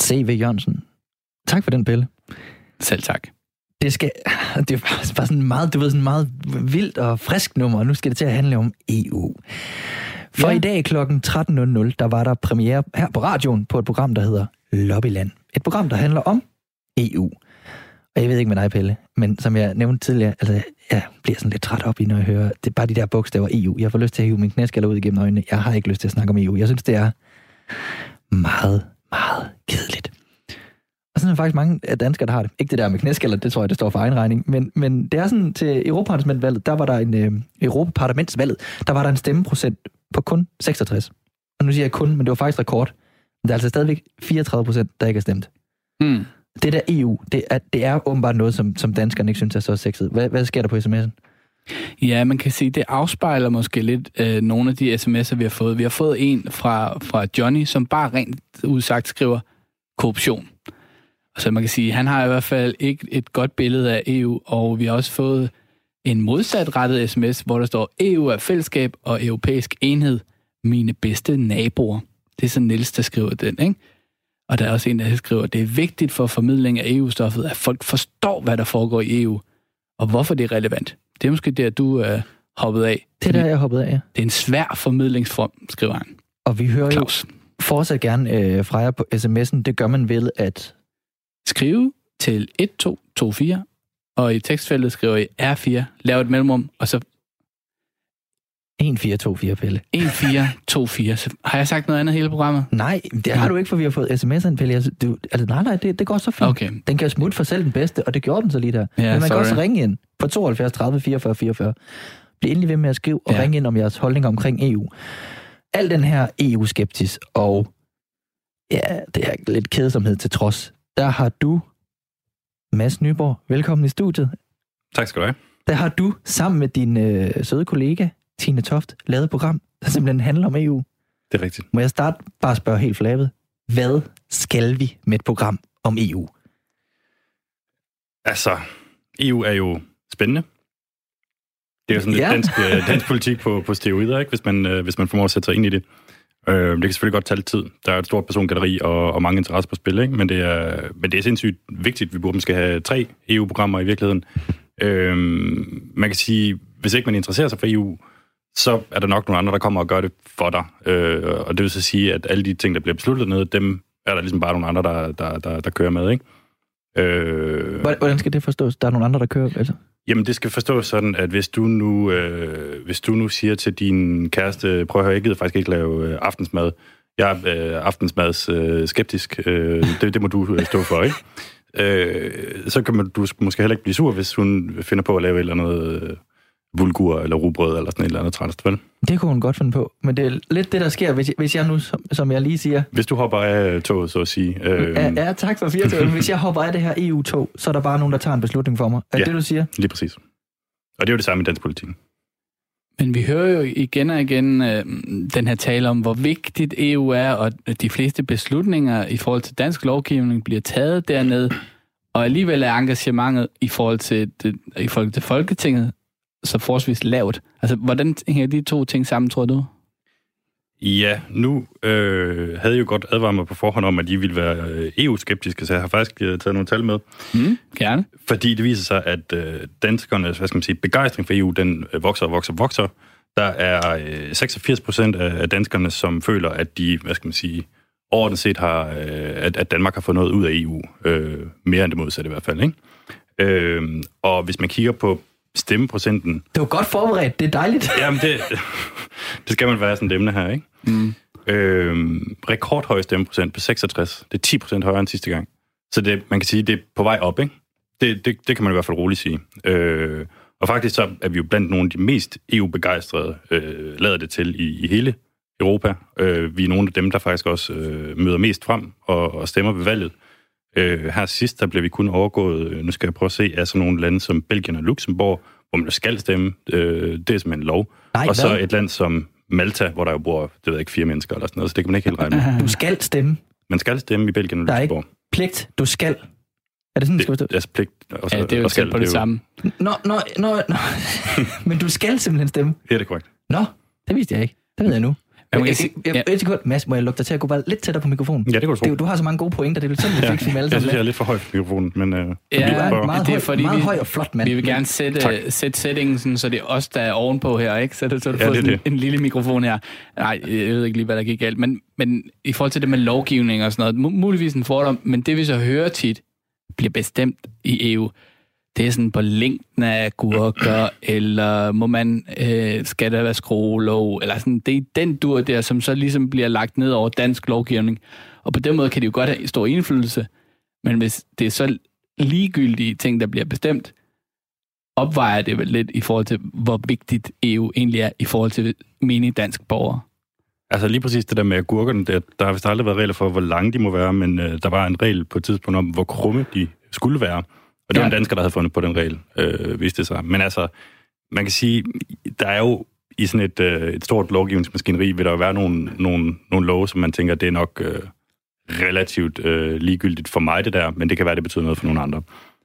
C V Jørgensen. Tak for den, Pelle. Selv tak. Det skal, det er bare sådan meget, du ved, sådan meget vildt og frisk nummer, og nu skal det til at handle om E U. For ja. I dag klokken tretten nul nul, der var der premiere her på radioen på et program, der hedder Lobbyland. Et program, der handler om E U. Og jeg ved ikke med dig, Pelle, men som jeg nævnte tidligere, altså, jeg bliver sådan lidt træt op i, når jeg hører, det er bare de der bogstaver E U. Jeg får lyst til at hive min knæskaller ud igennem øjnene. Jeg har ikke lyst til at snakke om E U. Jeg synes, det er meget, meget kedeligt. Og sådan er faktisk mange danskere, der har det. Ikke det der med knæskaller, det tror jeg, det står for egen regning. Men, men det er sådan, til Europaparlamentsvalget, der var der en øh, Europaparlamentsvalget, der var der en stemmeprocent på kun seksogtres. Og nu siger jeg kun, men det var faktisk rekord. Men der er altså stadigvæk fireogtredive procent, der ikke er stemt. Hmm. Det der E U, det er, det er åbenbart noget, som, som danskerne ikke synes er så sexet. Hvad, hvad sker der på sms'en? Ja, man kan sige, det afspejler måske lidt øh, nogle af de sms'er, vi har fået. Vi har fået en fra, fra Johnny, som bare rent udsagt skriver korruption. Så man kan sige, han har i hvert fald ikke et godt billede af E U, og vi har også fået en modsatrettet sms, hvor der står, E U er fællesskab og europæisk enhed, mine bedste naboer. Det er så Niels, der skriver den, ikke? Og der er også en, der skriver, det er vigtigt for formidling af E U-stoffet, at folk forstår, hvad der foregår i E U, og hvorfor det er relevant. Det er måske der, du er hoppet af. Det er der, jeg er hoppet af, ja. Det er en svær formidlingsform, skriver han. Og vi hører Claus. jo fortsat gerne øh, fra jer på sms'en. Det gør man ved at skrive til et to to fire, og i tekstfeltet skriver I R fire, lav et mellemrum, og så et fire to fire, Pelle. et fire to fire. Så har jeg sagt noget andet hele programmet? Nej, det har du ikke, for vi har fået sms'en, Pelle. Altså, du, altså nej, nej, det, det går så fint. Okay. Den kan smutte for selv den bedste, og det gjorde den så lige der. Ja, Men man sorry. kan også ringe ind på tooghalvfjerds tredive fireogfyrre fireogfyrre. Bliv endelig ved med at skrive og ja. ringe ind om jeres holdning omkring E U. Al den her E U-skeptis og ja, det er lidt kedsomhed til trods. Der har du, Mads Nyborg, velkommen i studiet. Tak skal du have. Der har du sammen med din øh, søde kollega, Tine Toft, lavet et program, der simpelthen handler om E U. Det er rigtigt. Må jeg starte bare at spørge helt flabet? Hvad skal vi med et program om E U? Altså, E U er jo spændende. Det er jo sådan lidt Ja. dansk, øh, dansk politik på, på steroider, ikke? Hvis man, øh, hvis man formår at sætte sig ind i det. Øh, det kan selvfølgelig godt tage lidt tid. Der er et stort persongalleri og, og mange interesser på spil, ikke? Men det er, men det er sindssygt vigtigt. Vi burde måske have tre E U-programmer i virkeligheden. Øh, man kan sige, hvis ikke man interesserer sig for E U, så er der nok nogle andre, der kommer og gør det for dig. Øh, og det vil så sige, at alle de ting, der bliver besluttet nede, dem er der ligesom bare nogle andre, der, der, der, der kører med, ikke? Øh, Hvordan skal det forstås? Der er nogle andre, der kører, altså? Jamen, det skal forstås sådan, at hvis du nu, øh, hvis du nu siger til din kæreste, prøv at høre, jeg gider faktisk ikke lave øh, aftensmad. Jeg er øh, aftensmads øh, skeptisk. Øh, det, det må du øh, stå for, ikke? Øh, så kan man, du måske heller ikke blive sur, hvis hun finder på at lave et eller andet øh, bulgur eller rugbrød eller sådan et eller andet træt, vel? Det kunne hun godt finde på. Men det er lidt det, der sker, hvis jeg, hvis jeg nu, som, som jeg lige siger... Hvis du hopper af toget, så at sige. Øh, ja, ja, tak for fire. Hvis jeg hopper af det her E U-tog, så er der bare nogen, der tager en beslutning for mig. Er ja, det, du siger? Lige præcis. Og det er jo det samme i dansk politik. Men vi hører jo igen og igen øh, den her tale om, hvor vigtigt E U er, og de fleste beslutninger i forhold til dansk lovgivning bliver taget dernede, og alligevel er engagementet i forhold til, det, i forhold til Folketinget så forholdsvis lavt. Altså, hvordan hænger de to ting sammen, tror du? Ja, nu øh, havde jeg jo godt advaret mig på forhånd om, at I ville være E U-skeptiske, så jeg har faktisk taget nogle tal med. Mm, gerne. Fordi det viser sig, at øh, danskernes, hvad skal man sige, begejstring for E U, den øh, vokser og vokser og vokser. Der er øh, seksogfirs procent af danskerne, som føler, at de, hvad skal man sige, overordnet set har, øh, at, at Danmark har fået noget ud af E U. Øh, mere end det modsatte i hvert fald, ikke? Øh, og hvis man kigger på stemmeprocenten... Det var godt forberedt, det er dejligt. Jamen, det, det skal man være sådan et emne her, ikke? Mm. Øhm, rekordhøj stemmeprocent på seksogtres. Det er ti procent højere end sidste gang. Så det, man kan sige, det er på vej op, ikke? Det, det, det kan man i hvert fald roligt sige. Øh, og faktisk så er vi jo blandt nogle af de mest E U-begejstrede, øh, lader det til i, i hele Europa. Øh, vi er nogle af dem, der faktisk også øh, møder mest frem og, og stemmer ved valget. Øh, her sidst, der blev vi kun overgået, nu skal jeg prøve at se, af sådan nogle lande som Belgien og Luxembourg, hvor man skal stemme. Øh, det er simpelthen lov. Nej, og så hvad? et land som Malta, hvor der jo bor, det ved jeg ikke, fire mennesker eller sådan noget, så det kan man ikke helt regne med. Du skal stemme. Man skal stemme i Belgien og Der er Luxembourg. ikke pligt, du skal. Er det sådan, det skal forstå? Det, altså pligt. Og så, Ja, det er jo og skal, tæt på det, det samme. Nå, nå, nå, nå. Men du skal simpelthen stemme. Ja, det er korrekt. Nå, det vidste jeg ikke. Det ved jeg nu. Jeg må Jeg, sige- jeg, jeg, jeg, jeg, Mads, må jeg lukke dig til at gå bare lidt tættere på mikrofonen? Ja, det kan du tro. Det, er jo- du har så mange gode pointer, det er jo sådan, vi Ja, fik dem alle jeg sammen synes, jeg med. er lidt for høj for mikrofonen, men... Øh, Ja, Du er en prøver. meget, det er høj, fordi, meget vi- høj og flot mand. Vi vil Men- gerne sætte, Tak. sætte settingen, sådan, så det er os, der er ovenpå her, ikke? Så, det, så du Ja, får det er sådan det. en lille mikrofon her. Nej, jeg ved ikke lige, hvad der gik galt. Men, men i forhold til det med lovgivning og sådan noget, mu- muligvis en fordom, men det vi så hører tit, bliver bestemt i E U, det er sådan på længden af gurker, eller må man, øh, skal der være skruelov, eller sådan, det er den dur der, som så ligesom bliver lagt ned over dansk lovgivning. Og på den måde kan det jo godt have stor indflydelse, men hvis det er så ligegyldige ting, der bliver bestemt, opvejer det vel lidt i forhold til, hvor vigtigt E U egentlig er i forhold til menig dansk borgere. Altså lige præcis det der med agurkerne, der, der har vist aldrig været regler for, hvor lange de må være, men øh, der var en regel på et tidspunkt om, hvor krumme de skulle være. Og det var Ja. en dansker, der havde fundet på den regel, øh, viste det sig. Men altså, man kan sige, der er jo i sådan et, øh, et stort lovgivningsmaskineri, vil der jo være nogle, nogle, nogle love, som man tænker, det er nok øh, relativt øh, ligegyldigt for mig det der, men det kan være, det betyder noget for nogle andre.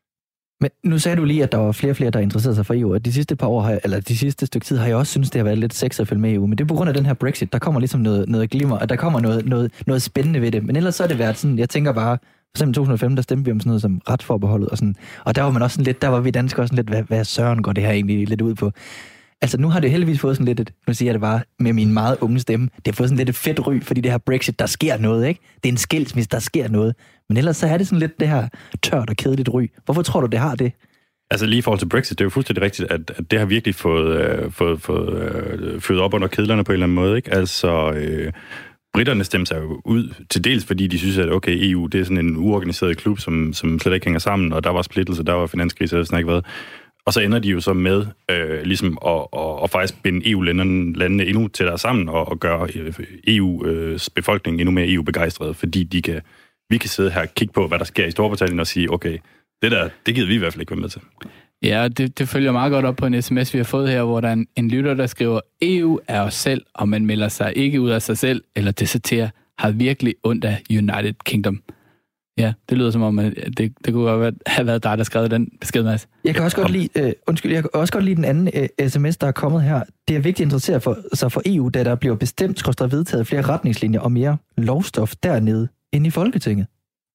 Men nu sagde du lige, at der var flere og flere, der interesserede sig for E U, og de sidste par år, har jeg, eller de sidste stykke tid, har jeg også synes det har været lidt sexet at følge med i E U, men det er på grund af den her Brexit, der kommer ligesom noget, noget glimmer, og der kommer noget, noget, noget spændende ved det, men ellers så er det været sådan, jeg tænker bare, for eksempel to tusind og fem, der stemte vi om sådan noget som retsforbeholdet og sådan, og der var man også sådan lidt, der var vi danskere også sådan lidt, hvad, hvad søren går det her egentlig lidt ud på? Altså nu har det heldigvis fået sådan lidt et, nu siger jeg det bare med min meget unge stemme, det har fået sådan lidt et fedt ry, fordi det her Brexit, der sker noget, ikke? Det er en skilsmisse, der sker noget. Men ellers så er det sådan lidt det her tørt og kedeligt ry. Hvorfor tror du, det har det? Altså lige i forhold til Brexit, det er jo fuldstændig rigtigt, at, at det har virkelig fået, øh, fået, fået øh, født op under kedlerne på en eller anden måde, ikke? Altså, øh, britterne stemte sig jo ud til dels, fordi de synes, at okay, E U, det er sådan en uorganiseret klub, som, som slet ikke hænger sammen, og der var splittelse, der var finanskrise, og sådan ikke hvad. Og så ender de jo så med øh, ligesom at, at, at faktisk binde E U-landene landene endnu tættere sammen og, og gøre E U's befolkning endnu mere E U-begejstret, fordi de kan, vi kan sidde her og kigge på, hvad der sker i Storbritannien og sige, okay, det der, det gider vi i hvert fald ikke være med til. Ja, det, det følger meget godt op på en sms, vi har fået her, hvor der er en, en lytter, der skriver, E U er os selv, og man melder sig ikke ud af sig selv, eller deserterer, har virkelig ondt af United Kingdom. Ja, det lyder som om, at det, det kunne godt være, have været dig, der skrev den besked, Mads. Jeg kan også godt lide, øh, undskyld, jeg kan også godt lide den anden øh, sms, der er kommet her. Det er vigtigt at interessere for, sig for E U, da der bliver bestemt, skrøster vedtaget flere retningslinjer og mere lovstof dernede end i Folketinget.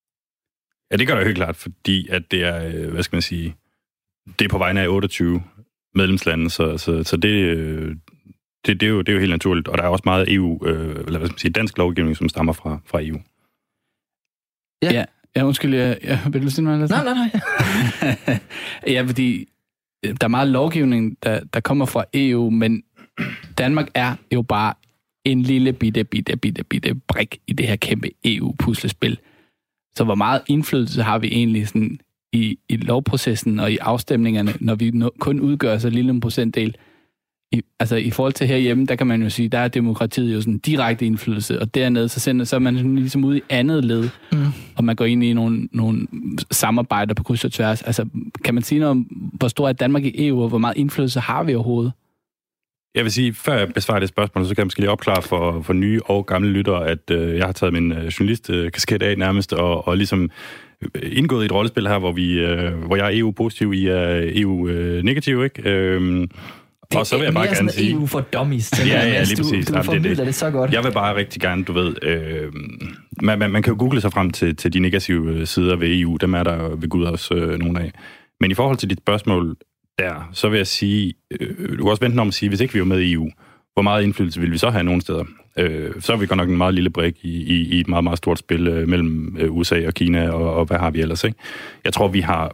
Ja, det gør det jo helt klart, fordi at det er, øh, hvad skal man sige, det er på vegne af otteogtyve medlemslande, så, så, så det, øh, det, det, er jo, det er jo helt naturligt. Og der er også meget E U, øh, eller hvad skal man sige, dansk lovgivning, som stammer fra, fra E U. Ja. Ja, ja undskyld, jeg, jeg, vil du sige noget? Nej, nej, nej. Ja, fordi der er meget lovgivning, der, der kommer fra E U, men Danmark er jo bare en lille bitte, bitte, bitte, bitte brik i det her kæmpe E U-puslespil. Så hvor meget indflydelse har vi egentlig sådan i, i lovprocessen og i afstemningerne, når vi no, kun udgør så lille en procentdel? I, altså i forhold til herhjemme, der kan man jo sige, der er demokratiet jo sådan direkte indflydelse, og dernede, så, sender, så er man sådan ligesom ude i andet led, mm. og man går ind i nogle, nogle samarbejder på kryds og tværs. Altså, kan man sige noget om, hvor stor er Danmark i E U, og hvor meget indflydelse har vi overhovedet? Jeg vil sige, før jeg besvarer det spørgsmål, så kan jeg måske lige opklare for, for nye og gamle lyttere, at øh, jeg har taget min øh, journalistkasket af nærmest, og, og ligesom indgået i et rollespil her, hvor, vi, øh, hvor jeg er E U-positiv, I er E U-negativ, ikke? Øh, og så vil jeg bare gerne sige... E U for dummies. Ja, ja, ja, lige du, præcis. Du Jamen, formidler det, det. det så godt. Jeg vil bare rigtig gerne, du ved... Øh, man, man, man kan jo google sig frem til, til de negative sider ved E U. Dem er der ved Gud også øh, nogle af. Men i forhold til dit spørgsmål der, så vil jeg sige... Øh, du kan også vente om at sige, hvis ikke vi er med i E U, hvor meget indflydelse vil vi så have nogle steder? Øh, så er vi godt nok en meget lille brik i, i, i et meget, meget stort spil øh, mellem øh, U S A og Kina, og, og hvad har vi ellers, ikke? Jeg tror, vi har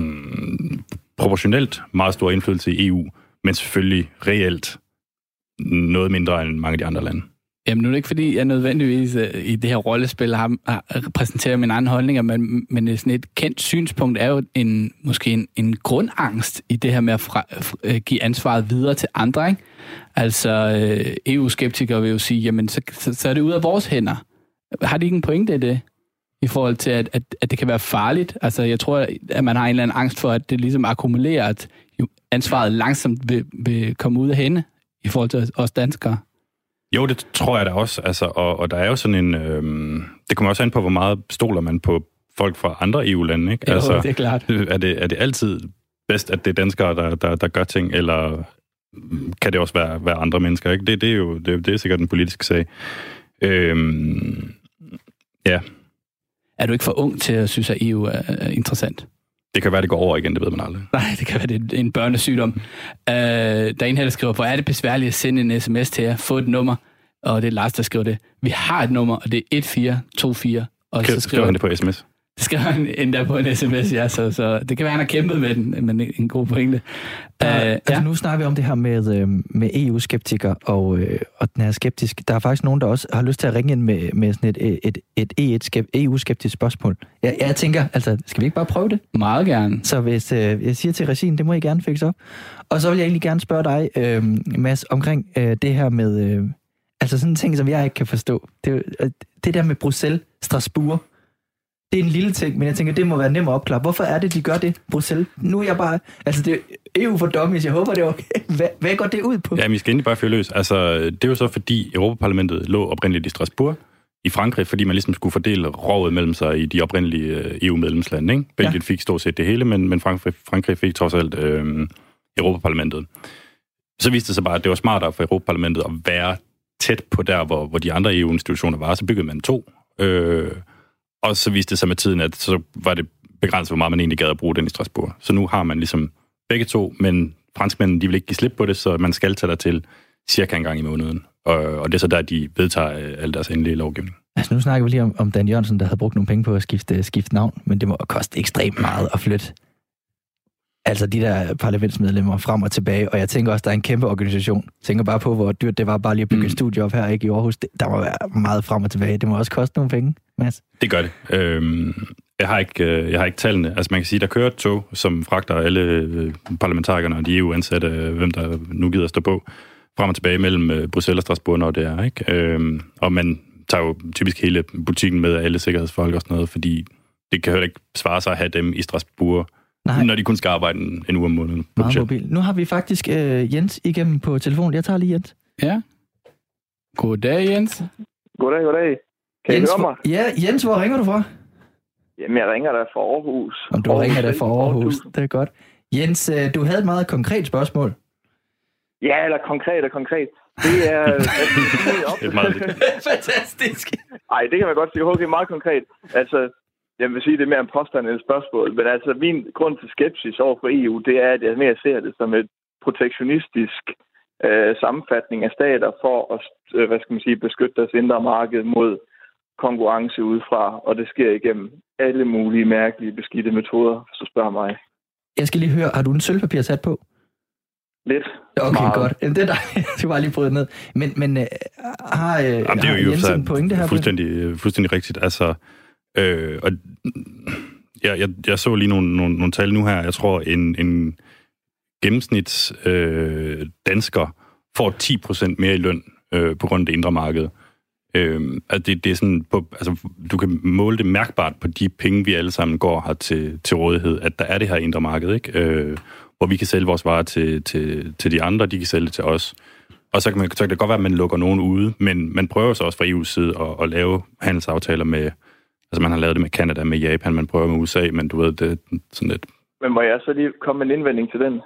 mm, proportionelt meget stor indflydelse i E U, men selvfølgelig reelt noget mindre end mange af de andre lande. Jamen nu er det ikke, fordi jeg nødvendigvis uh, i det her rollespil har, har præsenteret mine egne holdninger, men, men sådan et kendt synspunkt er jo en, måske en, en grundangst i det her med at fra, uh, give ansvaret videre til andre, ikke? Altså uh, E U-skeptikere vil jo sige, jamen så, så, så er det ud af vores hænder. Har de ikke en pointe i det? I forhold til, at, at, at det kan være farligt? Altså jeg tror, at man har en eller anden angst for, at det ligesom akkumulerer, at ansvaret langsomt vil, vil komme ud af hende i forhold til os danskere. Jo, det tror jeg da også. Altså, og, og der er jo sådan en... Øhm, det kommer også an på, hvor meget stoler man på folk fra andre E U-lande, ikke? Jo, altså, det er klart. Er det, er det altid bedst, at det er danskere, der, der, der gør ting, eller kan det også være, være andre mennesker, ikke? Det, det er jo det, det er sikkert en politisk sag. Øhm, ja. Er du ikke for ung til at synes, at E U er interessant? Det kan være, det går over igen, det ved man aldrig. Nej, det kan være, det er en børnesygdom. Uh, der er en her, der skriver, hvor er det besværligt at sende en sms til jer, få et nummer, og det er Lars, der skriver det. Vi har et nummer, og det er et fire to fire. Og Skriv, så skriver skriver han det på sms? Det skriver han endda på en sms, ja, så, så det kan være, han har kæmpet med den, men en god pointe. Der, uh, altså, ja. Nu snakker vi om det her med, øh, med E U-skeptikere, og, øh, og den her skeptisk. Der er faktisk nogen, der også har lyst til at ringe ind med, med sådan et, et, et E U-skeptisk spørgsmål. Jeg, jeg tænker, altså, skal vi ikke bare prøve det? Meget gerne. Så hvis øh, jeg siger til regien, det må I gerne fikse op. Og så vil jeg egentlig gerne spørge dig, øh, Mads, omkring øh, det her med, øh, altså sådan en ting, som jeg ikke kan forstå. Det, det der med Bruxelles, Strasbourg. Det er en lille ting, men jeg tænker, det må være nemt at opklare. Hvorfor er det, de gør det, Bruxelles? Nu er jeg bare... Altså, det er E U for dummies. Jeg håber, det er okay. Hvad, hvad går det ud på? Ja, vi skal endelig bare fyre løs. Altså, det er jo så, fordi Europaparlamentet lå oprindeligt i Strasbourg i Frankrig, fordi man ligesom skulle fordele rovet mellem sig i de oprindelige E U-medlemslande, ikke? Belgien ja. fik stort set det hele, men, men Frankrig, Frankrig fik trods alt øh, Europaparlamentet. Så viste det sig bare, at det var smartere for Europaparlamentet at være tæt på der, hvor, hvor de andre E U-institutioner var. Så byggede man to. Øh, Og så viste det sig med tiden, at så var det begrænset, hvor meget man egentlig gad at bruge den i Strasbourg. Så nu har man ligesom begge to, men franskmændene, de vil ikke give slip på det, så man skal tage der til cirka en gang i måneden. Og, og det er så der, de vedtager al deres endelige lovgivning. Altså nu snakker vi lige om, om Dan Jørgensen, der havde brugt nogle penge på at skifte, skifte navn, men det må koste ekstremt meget at flytte altså de der parlamentsmedlemmer frem og tilbage, og jeg tænker også, der er en kæmpe organisation. Jeg tænker bare på, hvor dyrt det var bare lige at bygge mm. et studie op her, ikke i Aarhus. Det, der må være meget frem og tilbage. Det må også koste nogle penge, Mads. Det gør det. Øhm, jeg har ikke, jeg har ikke tallene. Altså man kan sige, der kører et tog, som fragter alle parlamentarikerne og de E U-ansatte, hvem der nu gider at stå på, frem og tilbage mellem Bruxelles og Strasbourg, når det er, ikke? Øhm, og man tager jo typisk hele butikken med alle sikkerhedsfolk og sådan noget, fordi det kan heller ikke svare sig at have dem i Strasbourg, Nej. når de kun skal arbejde en, en uge om måneden. Meget mobil. Nu har vi faktisk øh, Jens igennem på telefonen. Jeg tager lige Jens. Ja. Goddag, Jens. Goddag, goddag. Kan Jens, I høre mig? Ja, Jens, hvor ringer du fra? Jamen, jeg ringer der fra Aarhus. Om du Aarhus, ringer der fra Aarhus. Aarhus. Det er godt. Jens, øh, du havde et meget konkret spørgsmål. Ja, eller konkret og konkret. Det er... det er meget fantastisk. Nej, det kan man godt sige. Okay, meget konkret. Altså, jeg vil sige, det er mere en påstand end et spørgsmål. Men altså, min grund til skepsis over for E U, det er, at jeg mere ser det som et protektionistisk øh, sammenfatning af stater for at, øh, hvad skal man sige, beskytte deres indre marked mod konkurrence udefra. Og det sker igennem alle mulige mærkelige beskidte metoder, hvis du spørger mig. Jeg skal lige høre, har du en sølvpapir sat på? Lidt. Okay, meget. Godt. Det er dig. Jeg skal bare lige bryde ned. Men, men øh, har, øh, Jamen, det er har jo Jens en pointe her? Fuldstændig, fuldstændig rigtigt. Altså, øh, og, jeg, jeg, jeg så lige nogle, nogle, nogle tal nu her. Jeg tror, en, en gennemsnits øh, dansker får ti procent mere i løn øh, på grund af det indre marked. Øh, at det, det er sådan på, altså, du kan måle det mærkbart på de penge, vi alle sammen går har til, til rådighed, at der er det her indre marked, ikke? Øh, hvor vi kan sælge vores varer til, til, til de andre, de kan sælge det til os. Og så kan, man, så kan det godt være, at man lukker nogen ude, men man prøver så også fra E U's side at, at lave handelsaftaler med, altså man har lavet det med Canada, med Japan, man prøver med U S A, men du ved, det er sådan lidt... Men må jeg så lige komme med en indvending til den?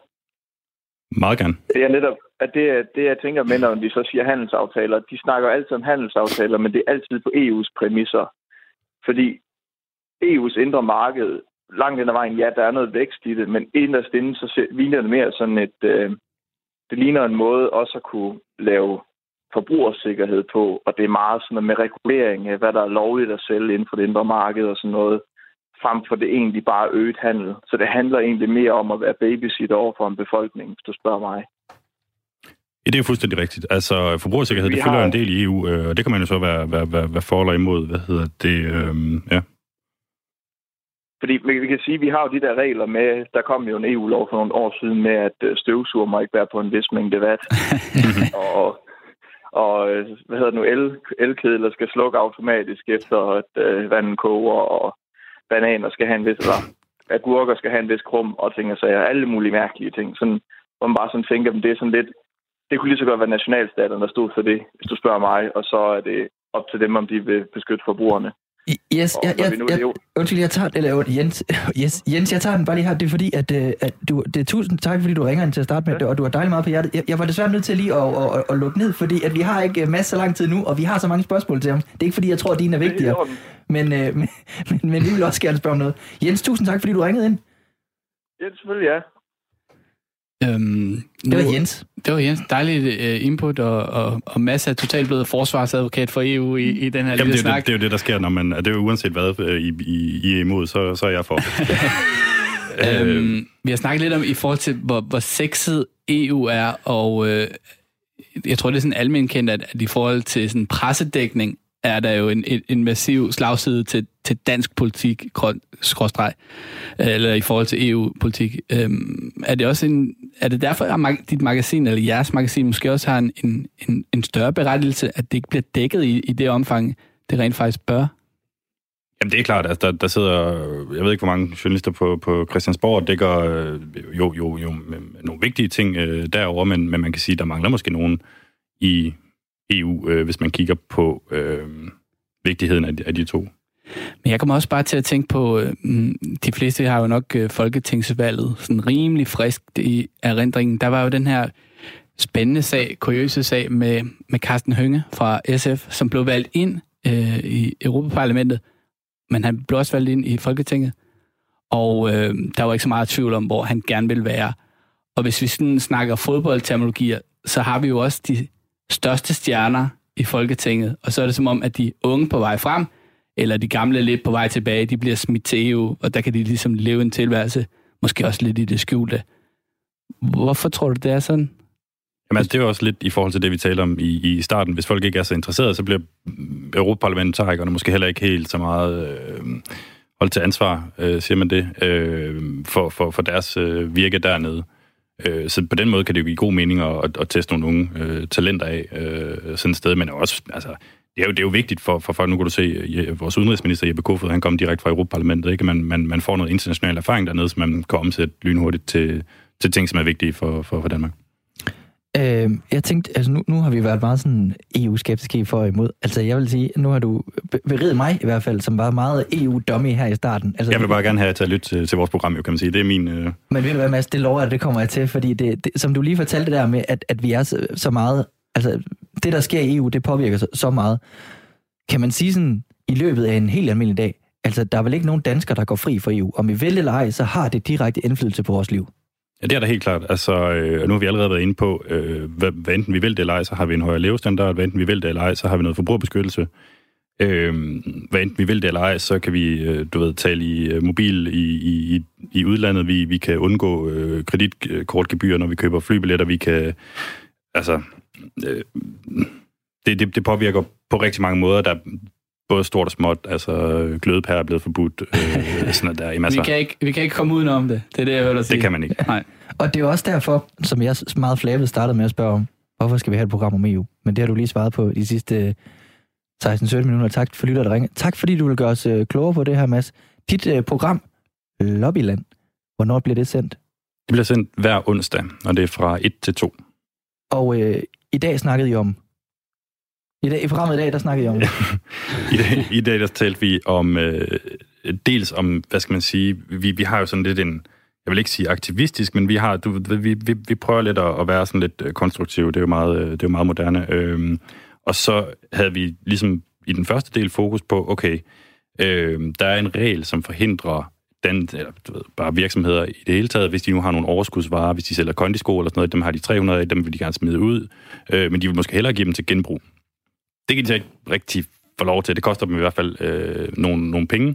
Meget gerne. Det er netop, at det, det jeg tænker med, når de så siger handelsaftaler, de snakker altid om handelsaftaler, men det er altid på E U's præmisser. Fordi E U's indre marked, langt hen ad vejen, ja, der er noget vækst i det, men inderst inde, så ligner det mere sådan et... Øh, det ligner en måde også at kunne lave forbrugersikkerhed på, og det er meget sådan noget med regulering af, hvad der er lovligt at sælge inden for det indre marked og sådan noget, frem for det egentlig bare øget handel. Så det handler egentlig mere om at være babysitter over for en befolkning, hvis du spørger mig. Ja, det er jo fuldstændig rigtigt. Altså, forbrugersikkerhed, det følger har... en del i E U, øh, og det kan man jo så være, være, være, være for eller imod. Hvad hedder det? Øh, ja. Fordi vi kan sige, at vi har jo de der regler med, der kom jo en E U-lov for nogle år siden med, at støvsuger må ikke være på en vis mængde watt. og, og hvad hedder det nu, el, elkedler skal slukke automatisk efter, at øh, vandet koger, og bananer skal have en vis, eller agurker skal have en vis krum, og ting og sager, alle mulige mærkelige ting. Sådan, hvor man bare sådan tænker, at det er sådan lidt, det kunne lige så godt være nationalstaterne, der stod for det, hvis du spørger mig, og så er det op til dem, om de vil beskytte forbrugerne. Yes, Og jeg, når jeg, vi nu jeg, lever- undskyld, jeg tager, eller Jens, yes, Jens, jeg tager den bare lige her. Det er fordi, at, øh, at du, det er tusind tak, fordi du ringer ind til at starte med, Ja. og du har dejligt meget på hjertet. Jeg, jeg var desværre nødt til lige at, at, at, at lukke ned, fordi at vi har ikke masser så lang tid nu, og vi har så mange spørgsmål til ham. Det er ikke fordi, jeg tror, at dine er Det er i vigtigere, orden. men, øh, men, men, men vi vil også gerne spørge om noget. Jens, tusind tak, fordi du ringede ind. Ja, selvfølgelig ja. Øhm, Det var nu- Jens. Det var Jens. Dejligt uh, input, og, og, og masser af totalt blevet forsvarsadvokat for E U i, i den her Jamen, lille det, er jo snak. det, det er jo det, der sker, når man... Det er jo uanset hvad øh, I, I, I er imod, så, så er jeg for. Øhm, vi har snakket lidt om i forhold til, hvor, hvor sexet E U er, og øh, jeg tror, det er sådan almindeligt kendt, at, at i forhold til sådan pressedækning, er der jo en, en, en massiv slagside til, til dansk politik, skråstreg, eller i forhold til E U-politik. Øhm, er det også en, er det derfor, at mag- dit magasin, eller jeres magasin, måske også har en, en, en, en større berettigelse, at det ikke bliver dækket i, i det omfang, det rent faktisk bør? Jamen, det er klart, altså, der, der sidder, jeg ved ikke, hvor mange journalister på, på Christiansborg, og dækker øh, jo, jo, jo med, med nogle vigtige ting øh, derovre, men, men man kan sige, der mangler måske nogen i E U, øh, hvis man kigger på øh, vigtigheden af de, af de to. Men jeg kommer også bare til at tænke på, øh, de fleste har jo nok øh, folketingsvalget sådan rimelig friskt i erindringen. Der var jo den her spændende sag, kuriøse sag med, med Karsten Hønge fra S F, som blev valgt ind øh, i Europaparlamentet, men han blev også valgt ind i Folketinget. Og øh, der var ikke så meget tvivl om, hvor han gerne ville være. Og hvis vi sådan snakker fodboldterminologier, så har vi jo også de største stjerner i Folketinget. Og så er det som om, at de unge på vej frem, eller de gamle lidt på vej tilbage, de bliver smidt til E U, og der kan de ligesom leve en tilværelse, måske også lidt i det skjulte. Hvorfor tror du, det er sådan? Jamen, altså, det er jo også lidt i forhold til det, vi taler om i, i starten. Hvis folk ikke er så interesserede, så bliver europaparlamentarikerne måske heller ikke helt så meget øh, holdt til ansvar, øh, siger man det, øh, for, for, for deres øh, virke dernede. Øh, så på den måde kan det jo give god mening at, at, at teste nogle unge øh, talenter af øh, sådan et sted, men også, altså, det er jo, det er jo vigtigt for, for folk. Nu kan du se, vores udenrigsminister Jeppe Kofod, han kom direkte fra Europaparlamentet, ikke? Man, man, man får noget international erfaring dernede, som man kan omsætte lynhurtigt til, til ting, som er vigtige for, for, for Danmark. Øh, jeg tænkte, altså nu, nu har vi været meget sådan E U-skeptiske for og imod. Altså jeg vil sige, nu har du beriget mig i hvert fald, som var meget E U-dummy her i starten. Altså, Jeg vil bare gerne have til at lytte til, til vores program, jo, kan man sige. Det er min... Øh... Men ved du hvad, Mads, det lover jeg, det kommer jeg til, fordi det, det, som du lige fortalte der med, at, at vi er så, så meget... Altså det, der sker i E U, det påvirker så, så meget. Kan man sige sådan, i løbet af en helt almindelig dag, altså der er vel ikke nogen danskere, der går fri for E U. Om vi vil eller ej, så har det direkte indflydelse på vores liv. Ja, det er da helt klart. Altså, øh, nu har vi allerede været inde på, øh, hvad, hvad enten vi vil det eller ej, så har vi en højere levestandard. Hvad enten vi vil det eller ej, så har vi noget forbrugerbeskyttelse. Øh, hvad enten vi vil det eller ej, så kan vi, øh, du ved, tale i øh, mobil i, i, i udlandet. Vi, vi kan undgå øh, kreditkortgebyrer, når vi køber flybilletter. Vi kan, altså, øh, det, det, det påvirker på rigtig mange måder, der både stort og småt, altså glødepærer er blevet forbudt, øh, sådan der i masser. Vi kan, ikke, vi kan ikke komme udenom det, det er det, jeg vil sige. Det kan man ikke. Nej. Og det er jo også derfor, som jeg meget flabet startede med at spørge om, hvorfor skal vi have et program om E U? Men det har du lige svaret på de sidste seksten sytten minutter. Tak for lytter, der ringer. Tak fordi du vil gøre os øh, klogere på det her, Mads. Dit øh, program, Lobbyland, hvornår bliver det sendt? Det bliver sendt hver onsdag, og det er fra et til to. Og øh, i dag snakkede I om... I, dag, I programmet i dag, der snakkede I om... I dag, I dag der talte vi om... Øh, dels om, hvad skal man sige... Vi, vi har jo sådan lidt en... Jeg vil ikke sige aktivistisk, men vi har... Du, vi, vi, vi prøver lidt at, at være sådan lidt konstruktive. Det er jo meget, det er jo meget moderne. Øhm, og så havde vi ligesom i den første del fokus på, okay, øh, der er en regel, som forhindrer den, eller, du ved, bare virksomheder i det hele taget, hvis de nu har nogle overskudsvarer, hvis de sælger kondisko eller sådan noget, dem har de tre hundrede af, dem vil de gerne smide ud, øh, men de vil måske hellere give dem til genbrug. Det kan de så ikke rigtig få lov til. Det koster dem i hvert fald øh, nogle, nogle penge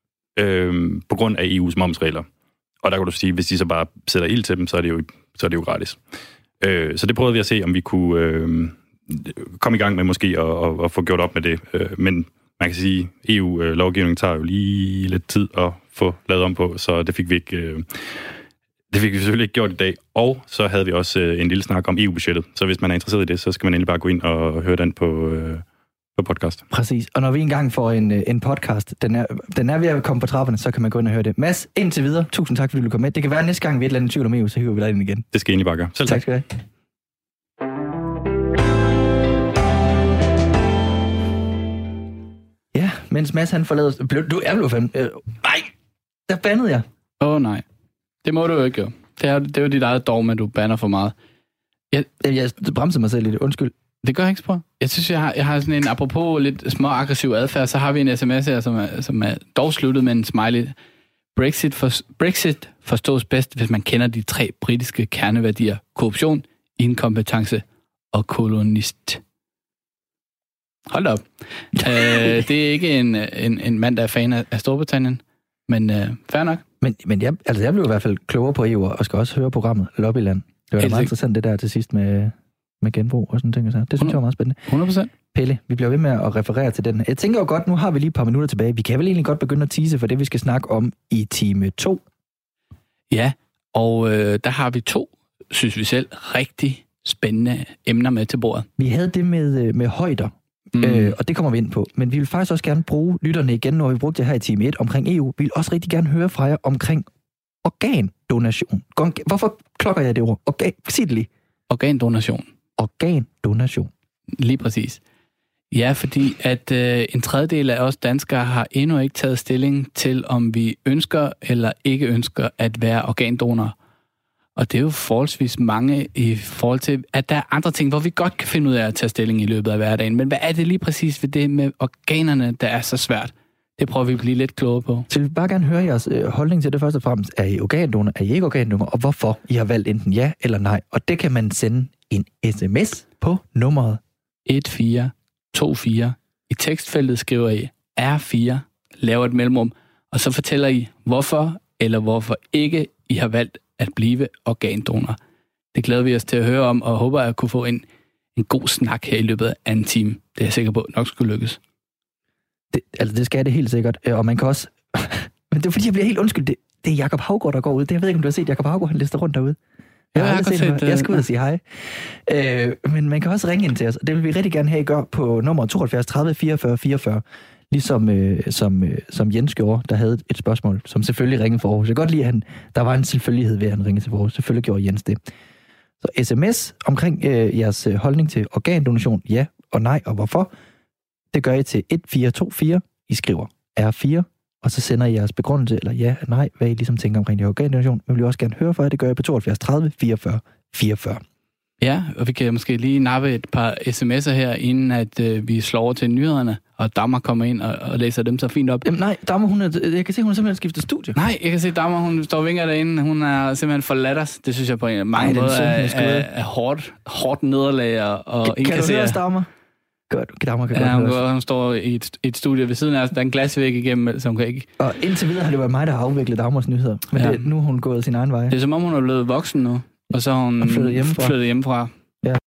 øh, på grund af E U's momsregler. Og der kan du sige, hvis de så bare sætter ild til dem, så er det jo, så er det jo gratis. Øh, så det prøvede vi at se, om vi kunne øh, komme i gang med måske at, at, at få gjort op med det. Øh, men man kan sige, E U-lovgivningen tager jo lige lidt tid at få lavet om på, så det fik vi ikke... Øh, Det fik vi selvfølgelig ikke gjort i dag, og så havde vi også øh, en lille snak om E U-budgettet. Så hvis man er interesseret i det, så skal man endelig bare gå ind og høre den på, øh, på podcast. Præcis. Og når vi engang får en, en podcast, den er, den er ved at komme på trapperne, så kan man gå ind og høre det. Mads, indtil videre, tusind tak, fordi du vil komme med. Det kan være, at næste gang vi er et eller andet tvivl om E U, så hiver vi dig ind igen. Det skal jeg egentlig bare gøre. Selv tak. Tak skal du have. Ja, mens Mads han forlader... Blev, du er blevet fem... Øh, nej, der bandede jeg. Åh oh, nej, det må du jo ikke gøre. Det er, det er jo dit eget dogme, du banner for meget. Jeg, jeg bremser mig selv lidt, undskyld. Det gør jeg ikke, Spor. Jeg synes, jeg har, jeg har sådan en, apropos lidt små aggressiv adfærd, så har vi en sms her, som er, som er dog sluttet med en smiley. Brexit, for, Brexit forstås bedst, hvis man kender de tre britiske kerneværdier. Korruption, inkompetence og kolonist. Hold op. øh, det er ikke en, en, en mand, der er fan af, af Storbritannien, men øh, fair nok. Men, men jeg, altså jeg blev i hvert fald klogere på E U, og skal også høre programmet Lobbyland. Det var da meget interessant, det der til sidst med, med genbrug og sådan ting. Det synes jeg var meget spændende. hundrede procent. Pelle, vi bliver ved med at referere til den. Jeg tænker jo godt, nu har vi lige et par minutter tilbage. Vi kan vel egentlig godt begynde at tease for det, vi skal snakke om i time to. Ja, og øh, der har vi to, synes vi selv, rigtig spændende emner med til bordet. Vi havde det med, med højder, mm. øh, og det kommer vi ind på. Men vi vil faktisk også gerne bruge lytterne igen, når vi brugte det her i time et omkring E U. Vi vil også rigtig gerne høre fra jer omkring organdonation. Hvorfor klokker jeg det ord? Organ, sig det lige. Organdonation. Organdonation. Lige præcis. Ja, fordi at øh, en tredjedel af os danskere har endnu ikke taget stilling til, om vi ønsker eller ikke ønsker at være organdonor. Og det er jo forholdsvis mange i forhold til, at der er andre ting, hvor vi godt kan finde ud af at tage stilling i løbet af hverdagen. Men hvad er det lige præcis ved det med organerne, der er så svært? Det prøver vi at blive lidt klogere på. Så vi vil bare gerne høre jeres øh, holdning til det først og fremmest. Er I organdonor? Er I ikke organdonor? Og hvorfor I har valgt enten ja eller nej? Og det kan man sende en sms på nummeret et fire to fire. I tekstfeltet skriver I R fire, laver et mellemrum, og så fortæller I, hvorfor eller hvorfor ikke I har valgt at blive organdonor. Det glæder vi os til at høre om, og håber at kunne få en, en god snak her i løbet af en time. Det er jeg sikker på nok skulle lykkes. Det, altså, det skal det helt sikkert. Og man kan også... Men det er fordi, jeg bliver helt undskyld. Det, det er Jakob Haugaard, der går ud. Det, jeg ved ikke, om du har set Jakob Haugaard, han lister rundt derude. Jeg, jeg, har set, set, jeg skal ud og sige hej. Øh, men man kan også ringe ind til os. Det vil vi rigtig gerne have, I gør på nummer tooghalvfjerds tredive fireogfyrre fireogfyrre. Ligesom øh, som, øh, som Jens gjorde, der havde et spørgsmål, som selvfølgelig ringede for Aarhus. Jeg kan godt lide, at han, der var en selvfølgelighed ved, at han ringede til Aarhus. Selvfølgelig gjorde Jens det. Så sms omkring øh, jeres holdning til organdonation, ja og nej, og hvorfor. Det gør I til et fire to fire. I skriver R fire, og så sender I jeres begrundelse, eller ja og nej, hvad I ligesom tænker omkring det organdonation. Men vi vil også gerne høre fra jer. Det gør I på tooghalvfjerds tredive fireogfyrre fireogfyrre. Ja, og vi kan måske lige nappe et par sms'er her, inden at øh, vi slår over til nyhederne, og Dagmar kommer ind og, og læser dem så fint op. Jamen nej, Dagmar, hun er, jeg kan se, hun har simpelthen skiftet studie. Nej, jeg kan se, Dagmar, hun står og vinker derinde. Hun er simpelthen forladt os. Det synes jeg på en mange måder er, er, er hårdt, hårdt nederlag og, og kan, kan du høre os, Dagmar? Godt, Dagmar kan ja, godt hun, hun står i et, et studie ved siden af os. Der er en glasvæg igennem, så hun kan ikke... Og indtil videre har det været mig, der har afviklet Dagmars nyheder. Men ja. det, nu har hun gået sin egen vej. Det er som om, hun er blevet voksen nu, og så har hun flyttet hjemmefra. Flyttet hjemmefra. Ja.